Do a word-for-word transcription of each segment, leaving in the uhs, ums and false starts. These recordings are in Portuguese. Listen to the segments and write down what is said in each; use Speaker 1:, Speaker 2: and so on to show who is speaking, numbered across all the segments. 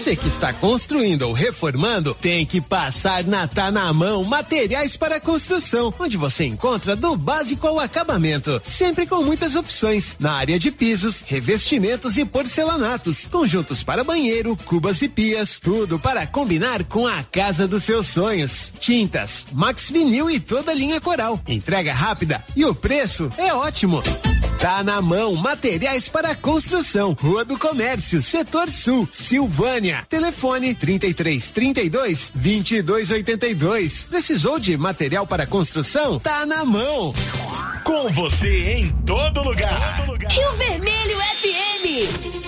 Speaker 1: Você que está construindo ou reformando, tem que passar na Tá na Mão Materiais para Construção, onde você encontra do básico ao acabamento, sempre com muitas opções na área de pisos, revestimentos e porcelanatos, conjuntos para banheiro, cubas e pias, tudo para combinar com a casa dos seus sonhos. Tintas, Max Vinil e toda a linha Coral. Entrega rápida e o preço é ótimo. Tá na Mão Materiais para Construção, Rua do Comércio, Setor Sul, Silvânia. Telefone trinta e três, trinta e dois, vinte e dois oitenta e dois. Precisou de material para construção? Tá na mão.
Speaker 2: Com você em todo lugar. Todo lugar.
Speaker 3: Rio Vermelho F M.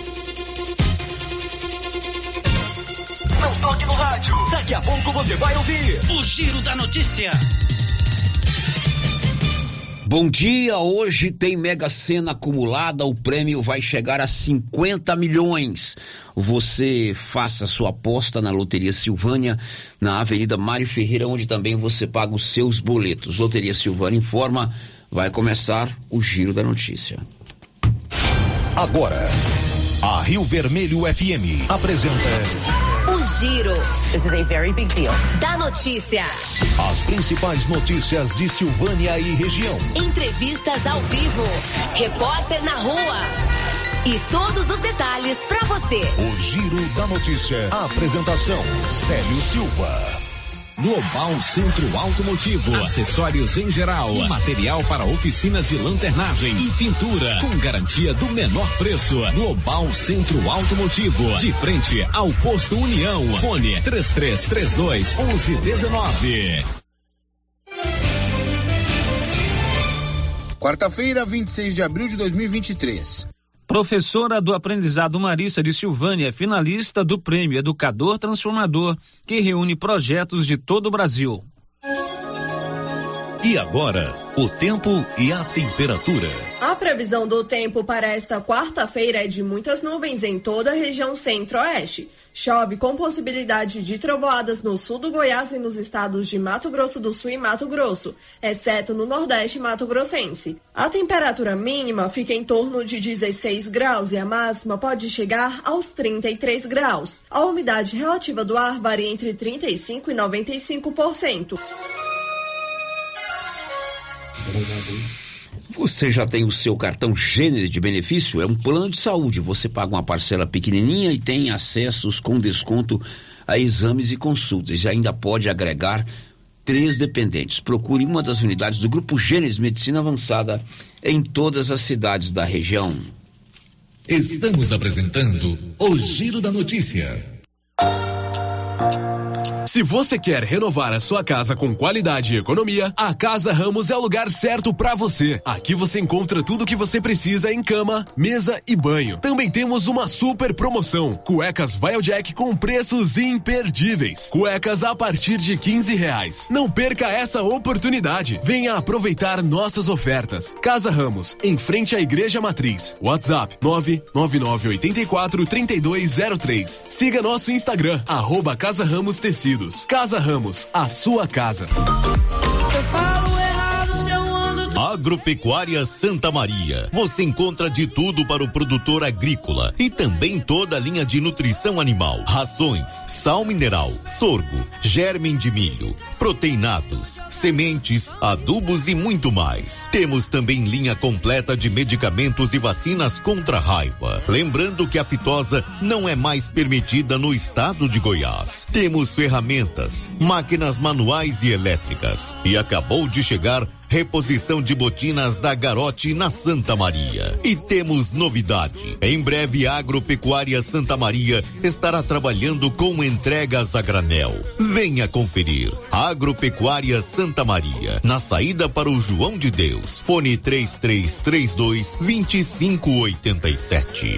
Speaker 2: Não toque no rádio. Daqui a pouco você vai ouvir
Speaker 4: o Giro da Notícia.
Speaker 5: Bom dia, hoje tem Mega Sena acumulada, o prêmio vai chegar a cinquenta milhões. Você faça sua aposta na Loteria Silvânia, na Avenida Mário Ferreira, onde também você paga os seus boletos. Loteria Silvânia informa, vai começar o Giro da Notícia.
Speaker 6: Agora, a Rio Vermelho F M apresenta...
Speaker 3: O Giro. This is a very big deal. Da notícia.
Speaker 6: As principais notícias de Silvânia e região.
Speaker 3: Entrevistas ao vivo. Repórter na rua. E todos os detalhes para você.
Speaker 6: O Giro da Notícia. A apresentação: Célio Silva.
Speaker 7: Global Centro Automotivo, acessórios em geral, material para oficinas de lanternagem e pintura, com garantia do menor preço. Global Centro Automotivo, de frente ao Posto União. Fone três três três dois, um um um nove.
Speaker 8: Quarta-feira, vinte e seis de abril de dois mil e vinte e três.
Speaker 9: Professora do Aprendizado Marista de Silvânia, finalista do Prêmio Educador Transformador, que reúne projetos de todo o Brasil.
Speaker 6: E agora, o tempo e a temperatura.
Speaker 10: A previsão do tempo para esta quarta-feira é de muitas nuvens em toda a região centro-oeste. Chove com possibilidade de trovoadas no sul do Goiás e nos estados de Mato Grosso do Sul e Mato Grosso, exceto no Nordeste mato-grossense. A temperatura mínima fica em torno de dezesseis graus e a máxima pode chegar aos trinta e três graus. A umidade relativa do ar varia entre trinta e cinco por cento e noventa e cinco por cento.
Speaker 5: Você já tem o seu cartão Gênesis de benefício? É um plano de saúde. Você paga uma parcela pequenininha e tem acessos com desconto a exames e consultas. E ainda pode agregar três dependentes. Procure uma das unidades do Grupo Gênesis Medicina Avançada em todas as cidades da região.
Speaker 7: Estamos apresentando o Giro da Notícia.
Speaker 11: Se você quer renovar a sua casa com qualidade e economia, a Casa Ramos é o lugar certo para você. Aqui você encontra tudo o que você precisa em cama, mesa e banho. Também temos uma super promoção: cuecas Vilejack com preços imperdíveis. Cuecas a partir de quinze reais. Não perca essa oportunidade. Venha aproveitar nossas ofertas. Casa Ramos, em frente à Igreja Matriz. WhatsApp nove nove nove oito quatro, três dois zero três. Siga nosso Instagram, arroba Casa Ramos Tecidos. Casa Ramos, a sua casa.
Speaker 6: Agropecuária Santa Maria. Você encontra de tudo para o produtor agrícola e também toda a linha de nutrição animal. Rações, sal mineral, sorgo, germe de milho, proteinados, sementes, adubos e muito mais. Temos também linha completa de medicamentos e vacinas contra a raiva. Lembrando que a fitosa não é mais permitida no estado de Goiás. Temos ferramentas, máquinas manuais e elétricas. E acabou de chegar reposição de botinas da Garote na Santa Maria. E temos novidade. Em breve, a Agropecuária Santa Maria estará trabalhando com entregas a granel. Venha conferir. Agropecuária Santa Maria, na saída para o João de Deus. Fone três três três dois, dois cinco oito sete.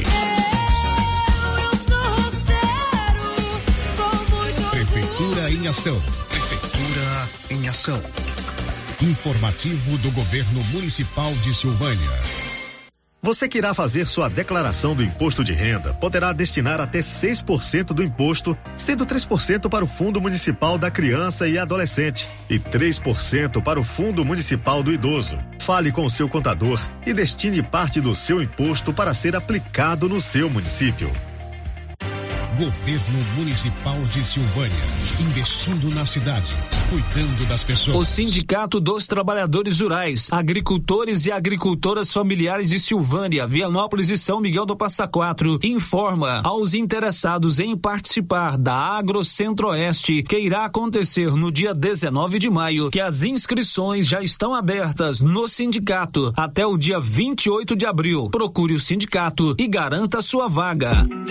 Speaker 6: Prefeitura em ação. Prefeitura em ação. Informativo do Governo Municipal de Silvânia.
Speaker 12: Você que irá fazer sua declaração do imposto de renda poderá destinar até seis por cento do imposto, sendo três por cento para o Fundo Municipal da Criança e Adolescente e três por cento para o Fundo Municipal do Idoso. Fale com o seu contador e destine parte do seu imposto para ser aplicado no seu município.
Speaker 4: Governo Municipal de Silvânia, investindo na cidade, cuidando das pessoas.
Speaker 9: O Sindicato dos Trabalhadores Rurais, Agricultores e Agricultoras Familiares de Silvânia, Vianópolis e São Miguel do Passa Quatro informa aos interessados em participar da Agro Centro-Oeste, que irá acontecer no dia dezenove de maio, que as inscrições já estão abertas no sindicato até o dia vinte e oito de abril. Procure o sindicato e garanta sua vaga.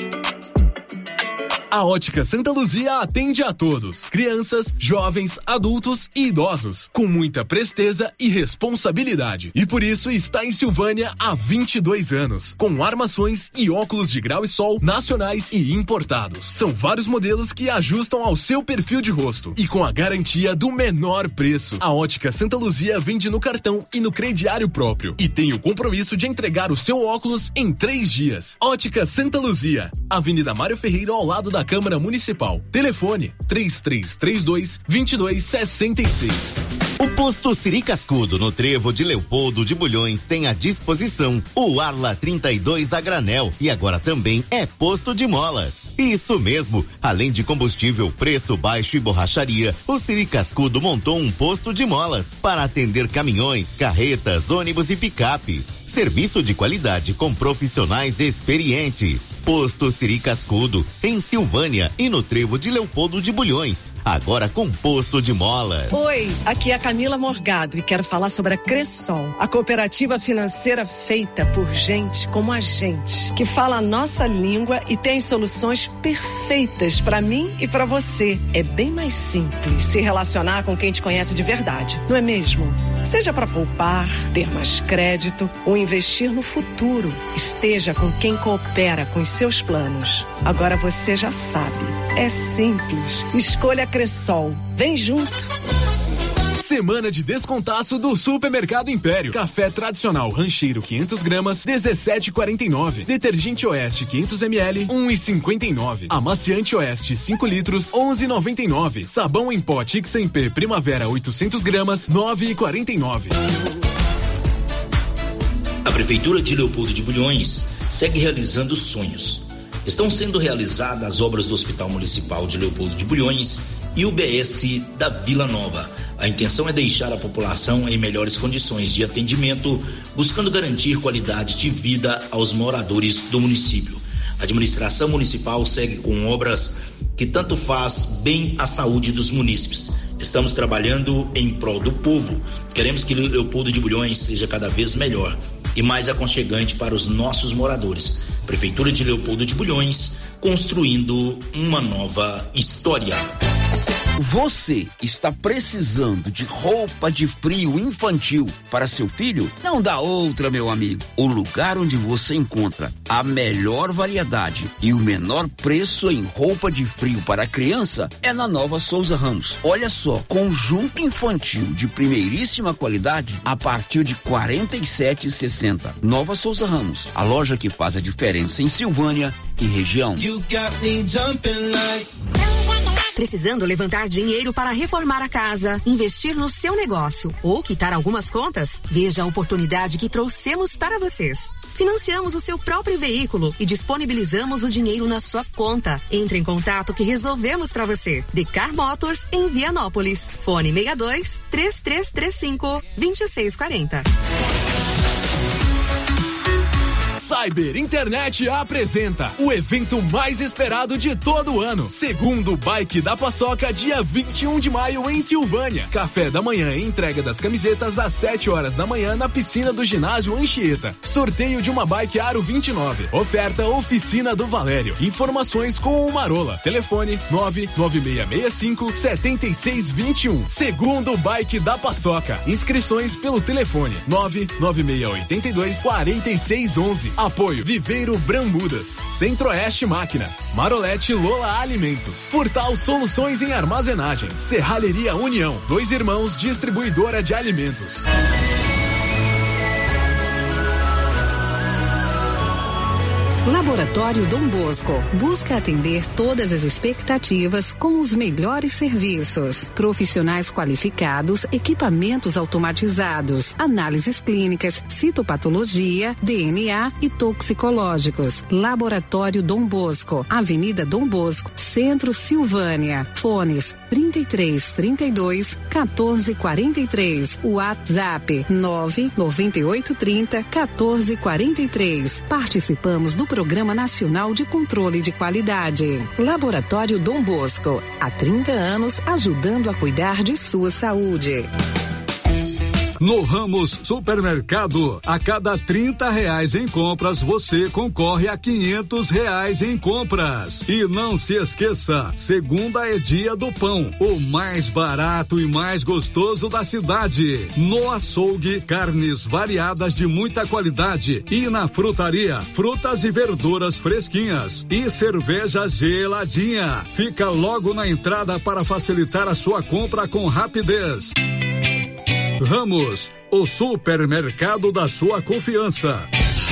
Speaker 11: A Ótica Santa Luzia atende a todos, crianças, jovens, adultos e idosos, com muita presteza e responsabilidade. E por isso está em Silvânia há vinte e dois anos, com armações e óculos de grau e sol nacionais e importados. São vários modelos que ajustam ao seu perfil de rosto e com a garantia do menor preço. A Ótica Santa Luzia vende no cartão e no crediário próprio e tem o compromisso de entregar o seu óculos em três dias. Ótica Santa Luzia, Avenida Mário Ferreira, ao lado da Câmara Municipal. Telefone três três três dois, dois dois seis seis.
Speaker 6: O posto Siri Cascudo, no Trevo de Leopoldo de Bulhões, tem à disposição o Arla trinta e dois a granel e agora também é posto de molas. Isso mesmo, além de combustível, preço baixo e borracharia, o Siri Cascudo montou um posto de molas para atender caminhões, carretas, ônibus e picapes. Serviço de qualidade com profissionais experientes. Posto Siri Cascudo, em Silvânia e no Trevo de Leopoldo de Bulhões, agora com posto de molas.
Speaker 13: Oi, aqui é a Camila Morgado e quero falar sobre a Cressol, a cooperativa financeira feita por gente como a gente, que fala a nossa língua e tem soluções perfeitas para mim e para você. É bem mais simples se relacionar com quem te conhece de verdade, não é mesmo? Seja para poupar, ter mais crédito ou investir no futuro, esteja com quem coopera com os seus planos. Agora você já sabe, é simples. Escolha a Cressol. Vem junto.
Speaker 11: Semana de descontaço do Supermercado Império. Café tradicional Rancheiro quinhentas gramas, dezessete e quarenta e nove. Detergente Oeste quinhentos mililitros, um e cinquenta e nove. Amaciante Oeste cinco litros, onze e noventa e nove. Sabão em pó Tix M P Primavera oitocentas gramas, nove e quarenta e nove.
Speaker 14: A Prefeitura de Leopoldo de Bulhões segue realizando sonhos. Estão sendo realizadas as obras do Hospital Municipal de Leopoldo de Bulhões e o B S da Vila Nova. A intenção é deixar a população em melhores condições de atendimento, buscando garantir qualidade de vida aos moradores do município. A administração municipal segue com obras que tanto faz bem à saúde dos munícipes. Estamos trabalhando em prol do povo. Queremos que Leopoldo de Bulhões seja cada vez melhor e mais aconchegante para os nossos moradores. Prefeitura de Leopoldo de Bulhões, construindo uma nova história.
Speaker 5: Você está precisando de roupa de frio infantil para seu filho? Não dá outra, meu amigo. O lugar onde você encontra a melhor variedade e o menor preço em roupa de frio para criança é na Nova Souza Ramos. Olha só, conjunto infantil de primeiríssima qualidade a partir de quarenta e sete reais e sessenta centavos. Nova Souza Ramos, a loja que faz a diferença em Silvânia e região.
Speaker 15: You got me jumping like... Precisando levantar dinheiro para reformar a casa, investir no seu negócio ou quitar algumas contas? Veja a oportunidade que trouxemos para vocês. Financiamos o seu próprio veículo e disponibilizamos o dinheiro na sua conta. Entre em contato que resolvemos para você. Decar Motors em Vianópolis. Fone seis dois, três três três cinco, dois seis quatro zero.
Speaker 11: Cyber Internet apresenta o evento mais esperado de todo o ano. Segundo Bike da Paçoca, dia vinte e um de maio em Silvânia. Café da manhã e entrega das camisetas às sete horas da manhã na piscina do ginásio Anchieta. Sorteio de uma bike Aro vinte e nove. Oferta Oficina do Valério. Informações com o Marola. Telefone nove nove seis seis cinco, sete seis dois um. Segundo Bike da Paçoca. Inscrições pelo telefone nove nove seis oito dois, quatro seis um um. Apoio Viveiro Brambudas, Centro-Oeste Máquinas, Marolete Lola Alimentos, Furtal Soluções em Armazenagem, Serralheria União, Dois Irmãos Distribuidora de Alimentos.
Speaker 16: Laboratório Dom Bosco busca atender todas as expectativas com os melhores serviços. Profissionais qualificados, equipamentos automatizados, análises clínicas, citopatologia, D N A e toxicológicos. Laboratório Dom Bosco, Avenida Dom Bosco, Centro, Silvânia. Fones trinta e três, trinta e dois, quatorze, quarenta e três. WhatsApp nove nove oito, trinta, quatorze, quarenta e três. Participamos do Programa Nacional de Controle de Qualidade. Laboratório Dom Bosco, há trinta anos ajudando a cuidar de sua saúde.
Speaker 17: No Ramos Supermercado, a cada trinta reais em compras, você concorre a quinhentos reais em compras. E não se esqueça, segunda é dia do pão, o mais barato e mais gostoso da cidade. No açougue, carnes variadas de muita qualidade. E na frutaria, frutas e verduras fresquinhas. E cerveja geladinha. Fica logo na entrada para facilitar a sua compra com rapidez. Ramos, o supermercado da sua confiança.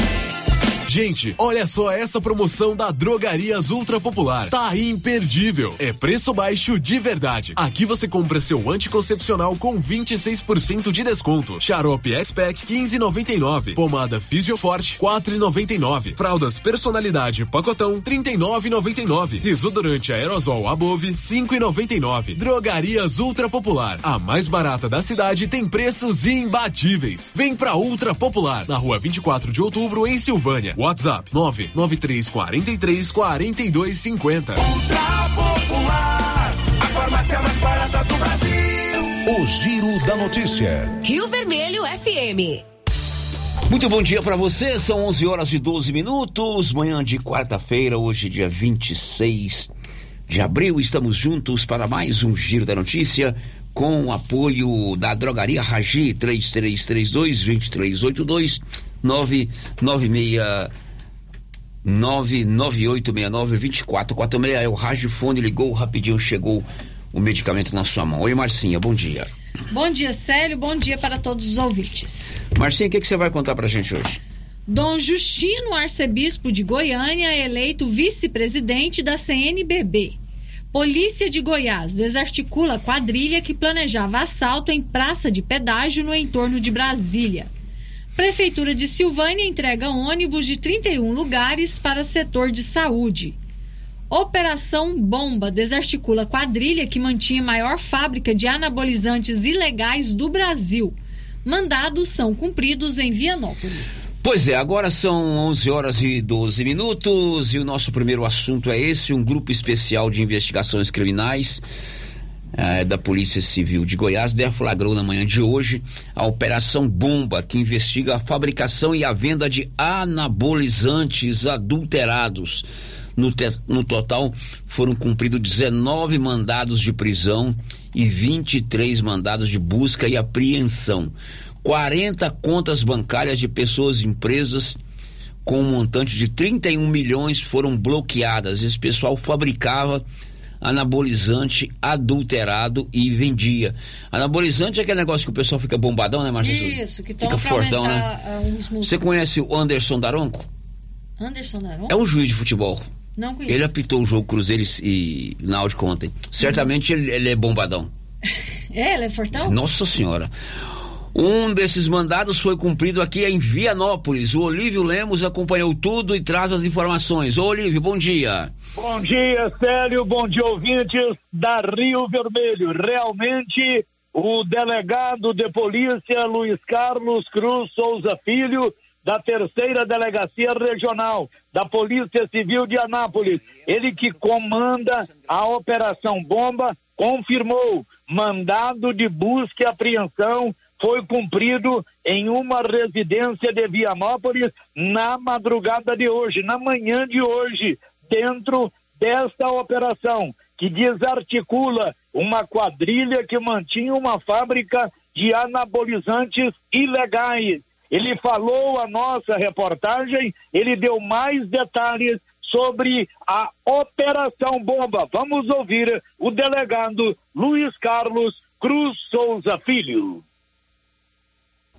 Speaker 11: Gente, olha só essa promoção da Drogarias Ultra Popular. Tá imperdível. É preço baixo de verdade. Aqui você compra seu anticoncepcional com vinte e seis por cento de desconto. Xarope X-Pack quinze e noventa e nove. Pomada Fisioforte quatro e noventa e nove. Fraldas Personalidade Pacotão trinta e nove e noventa e nove. Desodorante Aerosol Above cinco e noventa e nove. Drogarias Ultra Popular, a mais barata da cidade, tem preços imbatíveis. Vem pra Ultra Popular, na rua vinte e quatro de outubro, em Silvânia. WhatsApp nove nove três quatro três, quatro dois cinco zero.
Speaker 2: Ultra Popular, a farmácia mais barata do Brasil.
Speaker 4: O Giro da Notícia.
Speaker 3: Rio Vermelho F M.
Speaker 5: Muito bom dia para você, são onze horas e doze minutos, manhã de quarta-feira, hoje dia vinte e seis de abril, estamos juntos para mais um Giro da Notícia, com o apoio da Drogaria Ragi, três três três dois, dois três oito dois, nove nove seis nove nove oito seis nove, dois quatro quatro seis. É o Ragifone, ligou rapidinho, chegou o medicamento na sua mão. Oi, Marcinha, bom dia.
Speaker 18: Bom dia, Célio, bom dia para todos os ouvintes.
Speaker 5: Marcinha, o que, que você vai contar pra gente hoje?
Speaker 18: Dom Justino, arcebispo de Goiânia, é eleito vice-presidente da C N B B. Polícia de Goiás desarticula quadrilha que planejava assalto em praça de pedágio no entorno de Brasília. Prefeitura de Silvânia entrega ônibus de trinta e um lugares para setor de saúde. Operação Bomba desarticula quadrilha que mantinha a maior fábrica de anabolizantes ilegais do Brasil. Mandados são cumpridos em Vianópolis.
Speaker 5: Pois é, agora são onze horas e doze minutos e o nosso primeiro assunto é esse: um grupo especial de investigações criminais eh, da Polícia Civil de Goiás deflagrou na manhã de hoje a Operação Bomba, que investiga a fabricação e a venda de anabolizantes adulterados. No, te- no total foram cumpridos dezenove mandados de prisão e vinte e três mandados de busca e apreensão. quarenta contas bancárias de pessoas e empresas com um montante de trinta e um milhões foram bloqueadas. Esse pessoal fabricava anabolizante adulterado e vendia. Anabolizante é aquele negócio que o pessoal fica bombadão, né, Marcelo?
Speaker 18: Isso, que toma
Speaker 5: fica
Speaker 18: pra
Speaker 5: fortão,
Speaker 18: aumentar,
Speaker 5: né?
Speaker 18: uh, uns músculos.
Speaker 5: Você conhece o Anderson Daronco?
Speaker 18: Anderson Daronco?
Speaker 5: É um juiz de futebol.
Speaker 18: Não conheço.
Speaker 5: Ele apitou o jogo Cruzeiro e Náutico ontem. Certamente uhum. ele, ele é bombadão.
Speaker 18: É, ele é fortão?
Speaker 5: Nossa Senhora. Um desses mandados foi cumprido aqui em Vianópolis. O Olívio Lemos acompanhou tudo e traz as informações. Ô Olívio, bom dia.
Speaker 19: Bom dia, Célio. Bom dia, ouvintes da Rio Vermelho. Realmente, o delegado de polícia Luiz Carlos Cruz Souza Filho, da terceira delegacia regional da Polícia Civil de Anápolis, ele que comanda a Operação Bomba, confirmou mandado de busca e apreensão foi cumprido em uma residência de Vianópolis na madrugada de hoje, na manhã de hoje, dentro desta operação, que desarticula uma quadrilha que mantinha uma fábrica de anabolizantes ilegais. Ele falou a nossa reportagem, ele deu mais detalhes sobre a Operação Bomba. Vamos ouvir o delegado Luiz Carlos Cruz Souza Filho.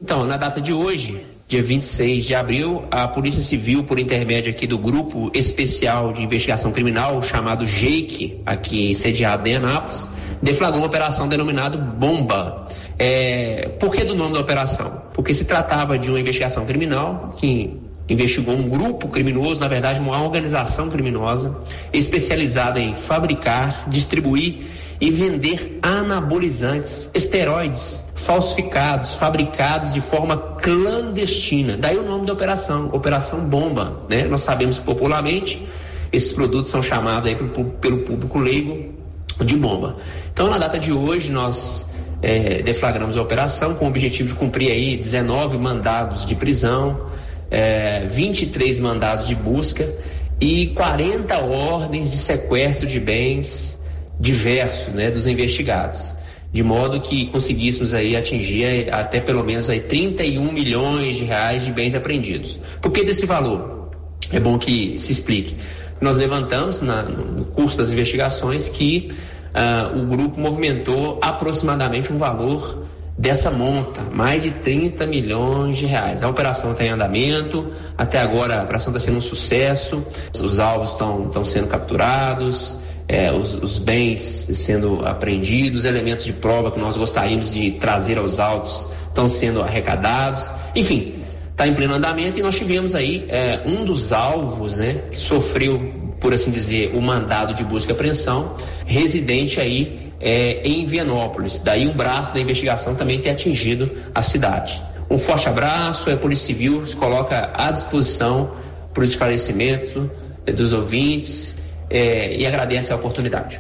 Speaker 20: Então, na data de hoje, dia vinte e seis de abril, a Polícia Civil, por intermédio aqui do Grupo Especial de Investigação Criminal, chamado JEIC, aqui sediado em Anápolis, deflagrou uma operação denominada Bomba. É, por que do nome da operação? Porque se tratava de uma investigação criminal que investigou um grupo criminoso, na verdade uma organização criminosa, especializada em fabricar, distribuir e vender anabolizantes, esteroides falsificados, fabricados de forma clandestina. Daí o nome da operação, Operação Bomba, né? Nós sabemos popularmente, esses produtos são chamados aí pelo, pelo público leigo de bomba. Então, na data de hoje, nós é, deflagramos a operação com o objetivo de cumprir aí dezenove mandados de prisão, é, vinte e três mandados de busca e quarenta ordens de sequestro de bens diversos, né, dos investigados, de modo que conseguíssemos aí atingir até pelo menos aí trinta e um milhões de reais de bens apreendidos. Por que desse valor? É bom que se explique. Nós levantamos na, no curso das investigações que uh, o grupo movimentou aproximadamente um valor dessa monta, mais de trinta milhões de reais. A operação está em andamento, até agora a operação está sendo um sucesso, os alvos estão estão sendo capturados, É, os, os bens sendo apreendidos, elementos de prova que nós gostaríamos de trazer aos autos estão sendo arrecadados, enfim, está em pleno andamento. E nós tivemos aí é, um dos alvos, né, que sofreu, por assim dizer, o mandado de busca e apreensão, residente aí é, em Vianópolis. Daí um braço da investigação também ter atingido a cidade. Um forte abraço, a Polícia Civil se coloca à disposição para o esclarecimento é, dos ouvintes. É, e agradece a oportunidade.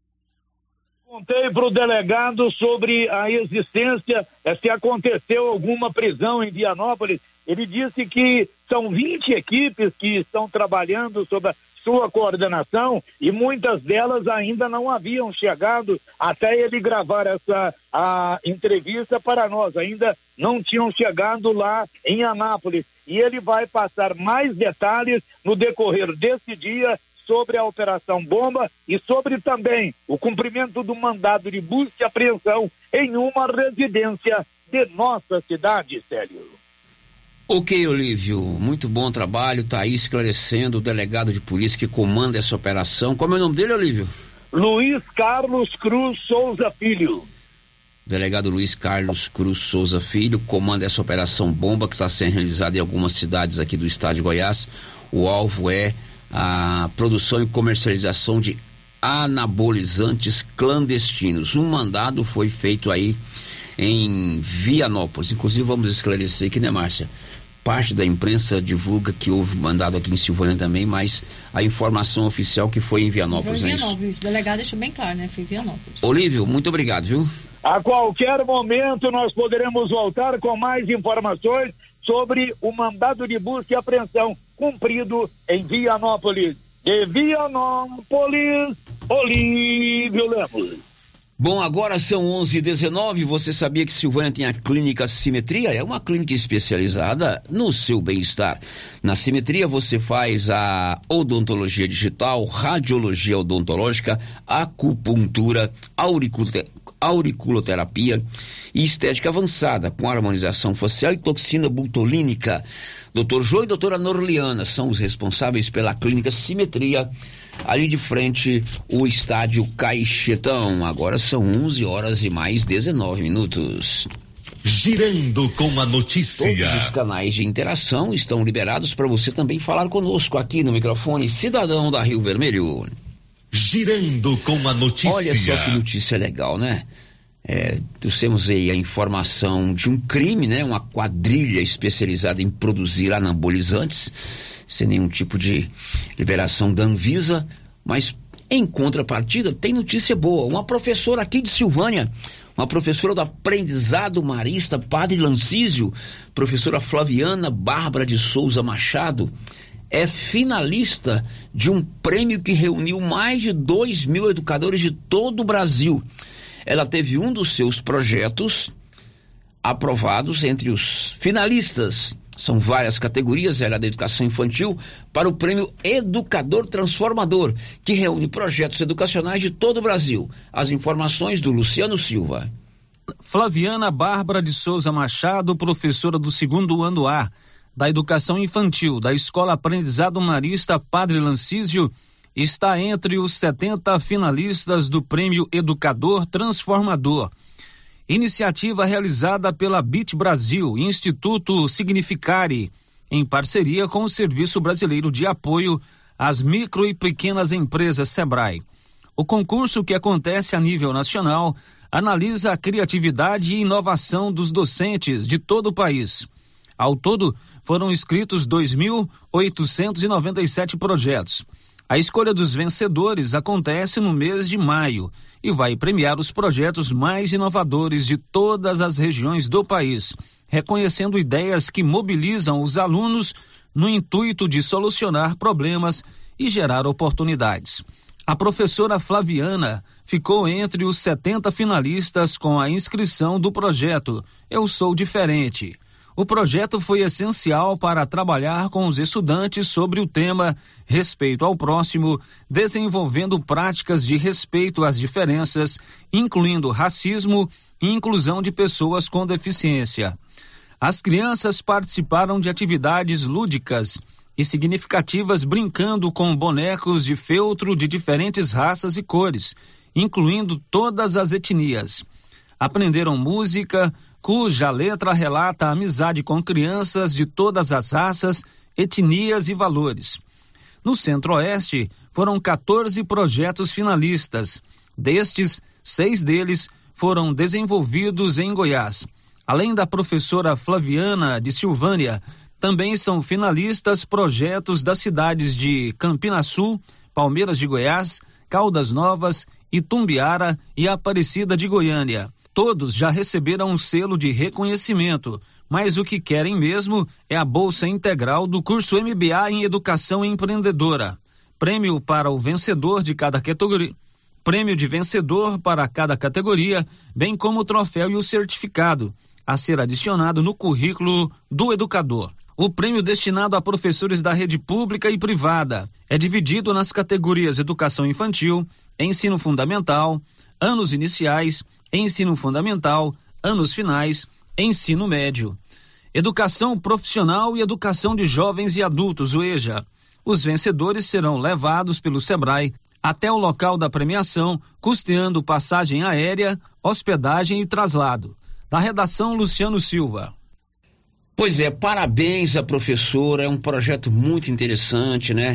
Speaker 19: Contei para o delegado sobre a existência, é, se aconteceu alguma prisão em Vianópolis. Ele disse que são vinte equipes que estão trabalhando sob a sua coordenação e muitas delas ainda não haviam chegado até ele gravar essa a entrevista para nós, ainda não tinham chegado lá em Anápolis. E ele vai passar mais detalhes no decorrer desse dia sobre a Operação Bomba e sobre também o cumprimento do mandado de busca e apreensão em uma residência de nossa cidade, Célio.
Speaker 5: Ok, Olívio, muito bom trabalho, tá aí esclarecendo o delegado de polícia que comanda essa operação. Qual é o nome dele, Olívio?
Speaker 19: Luiz Carlos Cruz Souza Filho.
Speaker 5: Delegado Luiz Carlos Cruz Souza Filho comanda essa Operação Bomba que está sendo realizada em algumas cidades aqui do estado de Goiás. O alvo é a produção e comercialização de anabolizantes clandestinos. Um mandado foi feito aí em Vianópolis. Inclusive vamos esclarecer aqui, né, Márcia? Parte da imprensa divulga que houve mandado aqui em Silvânia também, mas a informação oficial que foi em Vianópolis.
Speaker 18: Foi em Vianópolis, o delegado deixou bem claro, né? Foi em Vianópolis.
Speaker 5: Olívio, muito obrigado, viu?
Speaker 19: A qualquer momento nós poderemos voltar com mais informações sobre o mandado de busca e apreensão cumprido em Vianópolis. De Vianópolis, Olívio Lemos.
Speaker 5: Bom, agora são onze e dezenove. Você sabia que Silvânia tem a Clínica Simetria? É uma clínica especializada no seu bem-estar. Na Simetria você faz a odontologia digital, radiologia odontológica, acupuntura, auriculoterapia, auriculoterapia e estética avançada, com harmonização facial e toxina botulínica. doutor Jô e doutora Norliana são os responsáveis pela Clínica Simetria, ali de frente o estádio Caixetão. Agora são onze horas e mais dezenove minutos.
Speaker 6: Girando com a notícia.
Speaker 5: Todos os canais de interação estão liberados para você também falar conosco aqui no microfone Cidadão da Rio Vermelho.
Speaker 6: Girando com a notícia.
Speaker 5: Olha só que notícia legal, né? É, temos aí a informação de um crime, né? Uma quadrilha especializada em produzir anabolizantes, sem nenhum tipo de liberação da Anvisa, mas em contrapartida tem notícia boa. Uma professora aqui de Silvânia, uma professora do aprendizado marista, Padre Lancísio, professora Flaviana Bárbara de Souza Machado, é finalista de um prêmio que reuniu mais de dois mil educadores de todo o Brasil. Ela teve um dos seus projetos aprovados entre os finalistas. São várias categorias, ela é da educação infantil, para o prêmio Educador Transformador, que reúne projetos educacionais de todo o Brasil. As informações do Luciano Silva.
Speaker 9: Flaviana Bárbara de Souza Machado, professora do segundo ano A da Educação Infantil da Escola Aprendizado Marista Padre Lancísio, está entre os setenta finalistas do Prêmio Educador Transformador. Iniciativa realizada pela B I T Brasil, Instituto Significare, em parceria com o Serviço Brasileiro de Apoio às Micro e Pequenas Empresas SEBRAE. O concurso, que acontece a nível nacional, analisa a criatividade e inovação dos docentes de todo o país. Ao todo, foram inscritos dois mil oitocentos e noventa e sete projetos. A escolha dos vencedores acontece no mês de maio e vai premiar os projetos mais inovadores de todas as regiões do país, reconhecendo ideias que mobilizam os alunos no intuito de solucionar problemas e gerar oportunidades. A professora Flaviana ficou entre os setenta finalistas com a inscrição do projeto Eu Sou Diferente. O projeto foi essencial para trabalhar com os estudantes sobre o tema Respeito ao Próximo, desenvolvendo práticas de respeito às diferenças, incluindo racismo e inclusão de pessoas com deficiência. As crianças participaram de atividades lúdicas e significativas, brincando com bonecos de feltro de diferentes raças e cores, incluindo todas as etnias. Aprenderam música, cuja letra relata a amizade com crianças de todas as raças, etnias e valores. No Centro-Oeste, foram quatorze projetos finalistas. Destes, seis deles foram desenvolvidos em Goiás. Além da professora Flaviana de Silvânia, também são finalistas projetos das cidades de Campina-Sul, Palmeiras de Goiás, Caldas Novas, Itumbiara e Aparecida de Goiânia. Todos já receberam um selo de reconhecimento, mas o que querem mesmo é a bolsa integral do curso M B A em Educação Empreendedora. Prêmio para o vencedor de cada categoria. Prêmio de vencedor para cada categoria, bem como o troféu e o certificado, a ser adicionado no currículo do educador. O prêmio, destinado a professores da rede pública e privada, é dividido nas categorias Educação Infantil, Ensino Fundamental, Anos Iniciais, Ensino Fundamental, Anos Finais, Ensino Médio, Educação Profissional e Educação de Jovens e Adultos, o EJA. Os vencedores serão levados pelo SEBRAE até o local da premiação, custeando passagem aérea, hospedagem e traslado. Da redação, Luciano Silva.
Speaker 5: Pois é, parabéns à professora, é um projeto muito interessante, né?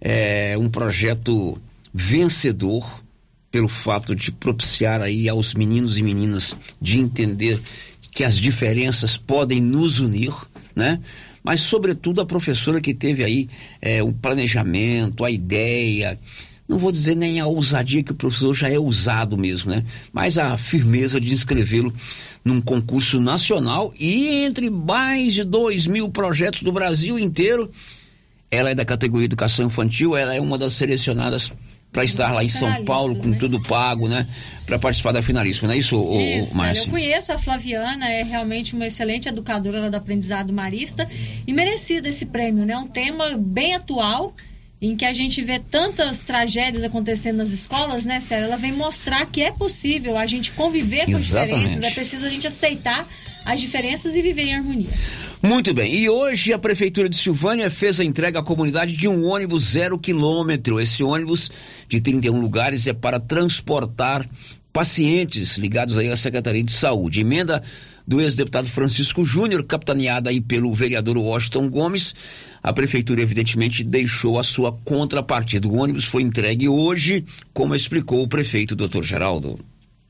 Speaker 5: É um projeto vencedor, pelo fato de propiciar aí aos meninos e meninas de entender que as diferenças podem nos unir, né? Mas sobretudo a professora que teve aí é, o planejamento, a ideia, não vou dizer nem a ousadia, que o professor já é ousado mesmo, né? Mas a firmeza de inscrevê-lo num concurso nacional e entre mais de dois mil projetos do Brasil inteiro. Ela é da categoria Educação Infantil, ela é uma das selecionadas para estar lá em São Paulo, com né? tudo pago, né? Para participar da finalíssima, não é isso,
Speaker 18: isso
Speaker 5: Márcio?
Speaker 18: Eu conheço a Flaviana, é realmente uma excelente educadora do aprendizado marista e merecida esse prêmio, né? Um tema bem atual, em que a gente vê tantas tragédias acontecendo nas escolas, né, Célia? Ela vem mostrar que é possível a gente conviver com
Speaker 5: Exatamente.
Speaker 18: diferenças, é preciso a gente aceitar as diferenças e viver em harmonia.
Speaker 5: Muito bem, e hoje a Prefeitura de Silvânia fez a entrega à comunidade de um ônibus zero quilômetro. Esse ônibus de trinta e um lugares é para transportar pacientes ligados aí à Secretaria de Saúde. Emenda do ex-deputado Francisco Júnior, capitaneada aí pelo vereador Washington Gomes. A Prefeitura, evidentemente, deixou a sua contrapartida. O ônibus foi entregue hoje, como explicou o prefeito, doutor Geraldo.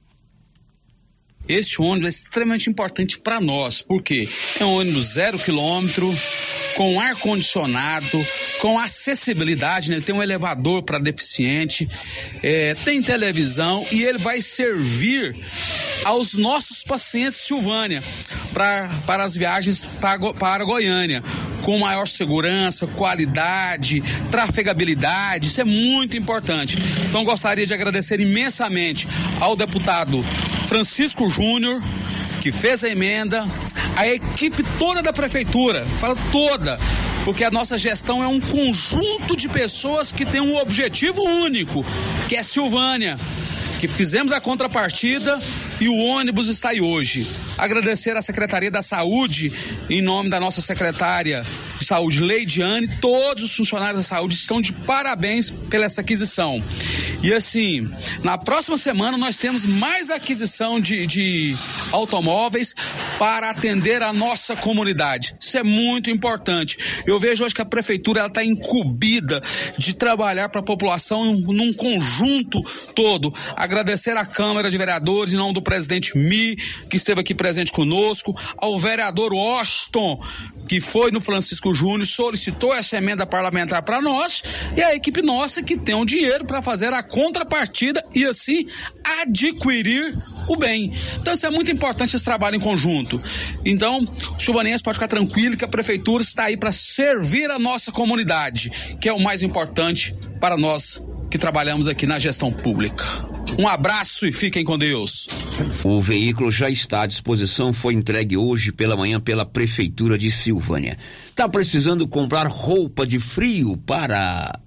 Speaker 21: Este ônibus é extremamente importante para nós, porque é um ônibus zero quilômetro, com ar-condicionado, com acessibilidade, né? Tem um elevador para deficiente, é, tem televisão e ele vai servir aos nossos pacientes de Silvânia pra, para as viagens para, para Goiânia, com maior segurança, qualidade, trafegabilidade, isso é muito importante. Então gostaria de agradecer imensamente ao deputado Francisco Júnior, que fez a emenda, a equipe toda da prefeitura, fala toda, porque a nossa gestão é um conjunto de pessoas que tem um objetivo único, que é Silvânia, que fizemos a contrapartida e o ônibus está aí hoje. Agradecer à Secretaria da Saúde, em nome da nossa secretária de Saúde, Leidiane, todos os funcionários da saúde estão de parabéns pela essa aquisição. E assim, na próxima semana nós temos mais aquisição de, de automóveis para atender a nossa comunidade. Isso é muito importante. Eu vejo hoje que a prefeitura está incumbida de trabalhar para a população num, num conjunto todo. Agradecer à Câmara de Vereadores, em nome do presidente Mi, que esteve aqui presente conosco, ao vereador Washington, que foi no Francisco Júnior, solicitou essa emenda parlamentar para nós, e a equipe nossa que tem o dinheiro para fazer a contrapartida e assim adquirir o bem. Então isso é muito importante, esse trabalho em conjunto. Então, o silvanense pode ficar tranquilo que a prefeitura está aí para servir a nossa comunidade, que é o mais importante para nós que trabalhamos aqui na gestão pública. Um abraço e fiquem com Deus.
Speaker 5: O veículo já está à disposição, foi entregue hoje pela manhã pela Prefeitura de Silvânia. Tá precisando comprar roupa de frio para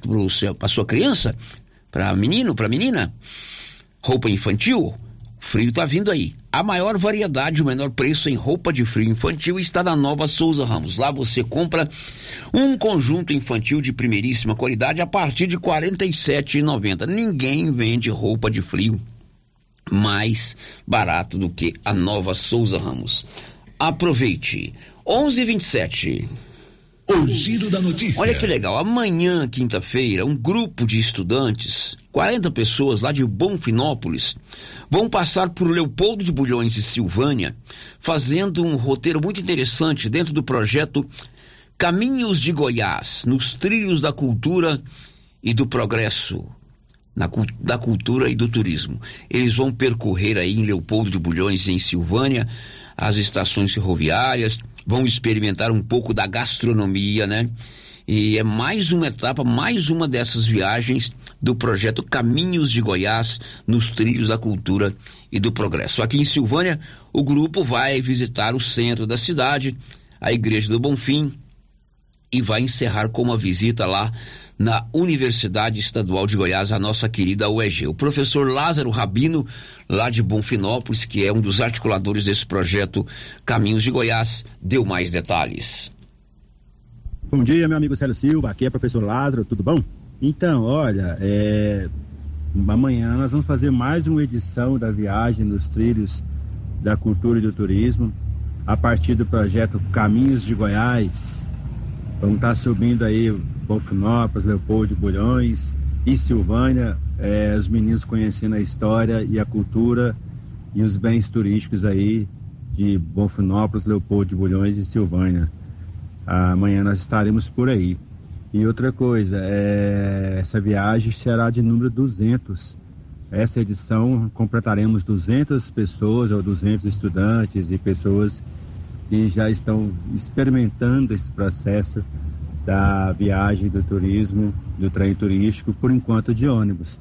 Speaker 5: a sua criança? Para menino, para menina? Roupa infantil? Frio tá vindo aí. A maior variedade, o menor preço em roupa de frio infantil está na Nova Souza Ramos. Lá você compra um conjunto infantil de primeiríssima qualidade a partir de quarenta e sete reais e noventa centavos. Ninguém vende roupa de frio mais barato do que a Nova Souza Ramos. Aproveite. onze e vinte e sete.
Speaker 7: O giro da notícia.
Speaker 5: Olha que legal, amanhã, quinta-feira, um grupo de estudantes, quarenta pessoas lá de Bonfinópolis, vão passar por Leopoldo de Bulhões e Silvânia, fazendo um roteiro muito interessante dentro do projeto Caminhos de Goiás, nos trilhos da cultura e do progresso, na, da cultura e do turismo. Eles vão percorrer aí em Leopoldo de Bulhões e em Silvânia as estações ferroviárias, vão experimentar um pouco da gastronomia, né? E é mais uma etapa, mais uma dessas viagens do projeto Caminhos de Goiás, nos trilhos da cultura e do progresso. Aqui em Silvânia, o grupo vai visitar o centro da cidade, a Igreja do Bonfim, e vai encerrar com uma visita lá na Universidade Estadual de Goiás, a nossa querida U E G. O professor Lázaro Rabino, lá de Bonfinópolis, que é um dos articuladores desse projeto Caminhos de Goiás, deu mais detalhes.
Speaker 1: Bom dia, meu amigo Célio Silva, aqui é o professor Lázaro, tudo bom? Então, olha, é... amanhã nós vamos fazer mais uma edição da viagem nos trilhos da cultura e do turismo, a partir do projeto Caminhos de Goiás. Vamos estar subindo aí Bonfinópolis, Leopoldo de Bulhões e Silvânia, é, os meninos conhecendo a história e a cultura e os bens turísticos aí de Bonfinópolis, Leopoldo de Bulhões e Silvânia. Amanhã nós estaremos por aí. E outra coisa, é, essa viagem será de número duzentos. Essa edição completaremos duzentas pessoas ou duzentos estudantes e pessoas que já estão experimentando esse processo da viagem do turismo, do trem turístico, por enquanto de ônibus.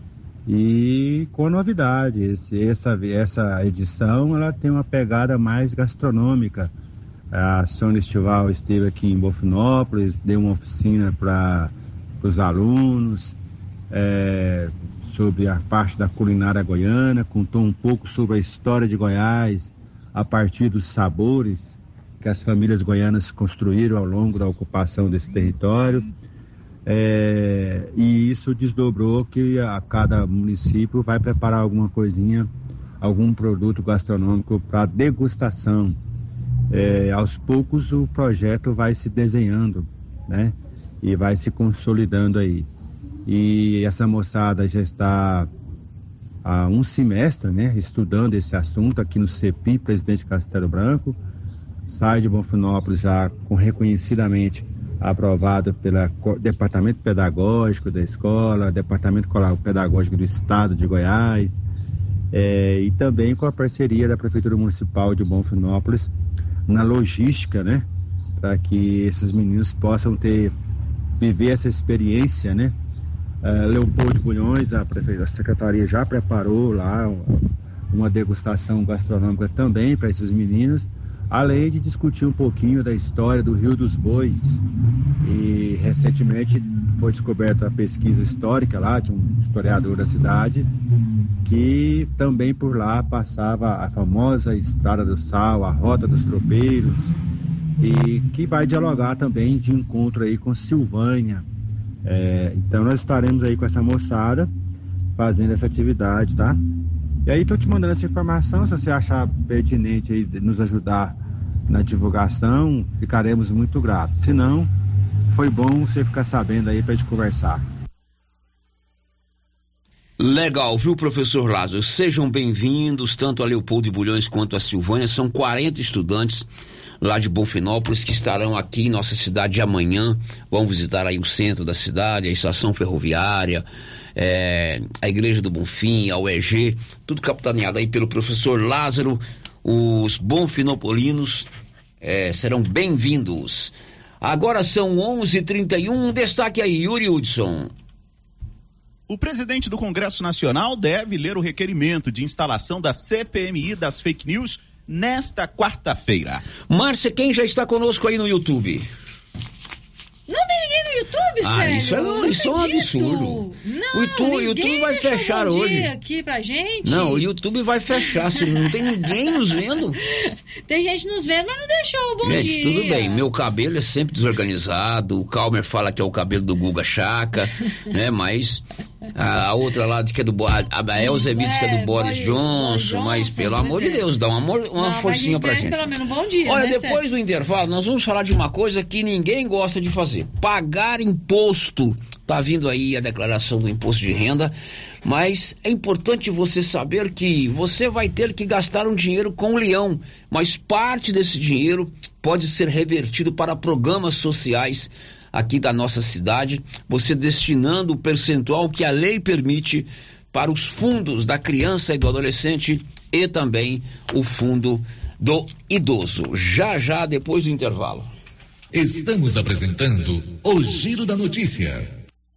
Speaker 1: E com novidade, esse, essa, essa edição ela tem uma pegada mais gastronômica. A Sônia Estival esteve aqui em Bonfinópolis, deu uma oficina para os alunos é, sobre a parte da culinária goiana, contou um pouco sobre a história de Goiás a partir dos sabores que as famílias goianas construíram ao longo da ocupação desse território. É, e isso desdobrou que a cada município vai preparar alguma coisinha, algum produto gastronômico para degustação. É, aos poucos o projeto vai se desenhando, né? E vai se consolidando aí. E essa moçada já está há um semestre, né, estudando esse assunto aqui no CEPI, Presidente Castelo Branco. Sai de Bonfinópolis já com reconhecidamente aprovado pelo Departamento Pedagógico da escola, Departamento Pedagógico do Estado de Goiás, é, e também com a parceria da Prefeitura Municipal de Bonfinópolis na logística, né, para que esses meninos possam ter, viver essa experiência, né. Uh, Leopoldo de Bulhões, a, prefeitura, a Secretaria já preparou lá uma, uma degustação gastronômica também para esses meninos. além de discutir um pouquinho da história do Rio dos Bois. E recentemente foi descoberta a pesquisa histórica lá de um historiador da cidade, que também por lá passava a famosa Estrada do Sal, a Rota dos Tropeiros, e que vai dialogar também de encontro aí com Silvânia. É, então nós estaremos aí com essa moçada fazendo essa atividade, tá? E aí tô te mandando essa informação, se você achar pertinente aí nos ajudar na divulgação, ficaremos muito gratos. Se não, foi bom você ficar sabendo aí pra gente conversar.
Speaker 5: Legal, viu, professor Lázaro? Sejam bem-vindos, tanto a Leopoldo de Bulhões quanto a Silvânia. São quarenta estudantes lá de Bonfinópolis que estarão aqui em nossa cidade amanhã. Vão visitar aí o centro da cidade, a estação ferroviária, é, a Igreja do Bonfim, a U E G, tudo capitaneado aí pelo professor Lázaro. Os bonfinopolinos é, serão bem-vindos. Agora são onze e trinta e um, destaque aí, Yuri Hudson.
Speaker 8: O presidente do Congresso Nacional deve ler o requerimento de instalação da C P M I das fake news nesta quarta-feira.
Speaker 5: Márcia, quem já está conosco aí no YouTube?
Speaker 18: Não tem ninguém no YouTube,
Speaker 5: ah,
Speaker 18: sério?
Speaker 5: Isso é, isso é um absurdo.
Speaker 18: Não,
Speaker 5: o YouTube, o YouTube vai fechar
Speaker 18: um
Speaker 5: hoje.
Speaker 18: Dia aqui pra gente.
Speaker 5: Não, o YouTube vai fechar. Se não tem ninguém nos vendo.
Speaker 18: Tem gente nos vendo, mas não deixou o bom
Speaker 5: gente,
Speaker 18: dia.
Speaker 5: Tudo bem. Meu cabelo é sempre desorganizado. O Calmer fala que é o cabelo do Guga Chaka, né? Mas a, a outra lá que é do a, a Elza Emides é, que é do Boris, Boris Johnson, Johnson. Mas pelo amor de Deus, dá uma, uma não, forcinha pra gente.
Speaker 18: Pelo menos um bom dia.
Speaker 5: Olha,
Speaker 18: né,
Speaker 5: depois
Speaker 18: Sérgio?
Speaker 5: do intervalo, nós vamos falar de uma coisa que ninguém gosta de fazer: pagar imposto. Tá vindo aí a declaração do imposto de renda, mas é importante você saber que você vai ter que gastar um dinheiro com o leão, mas parte desse dinheiro pode ser revertido para programas sociais aqui da nossa cidade, você destinando o percentual que a lei permite para os fundos da criança e do adolescente e também o fundo do idoso. Já já depois do intervalo.
Speaker 7: Estamos apresentando o Giro da Notícia.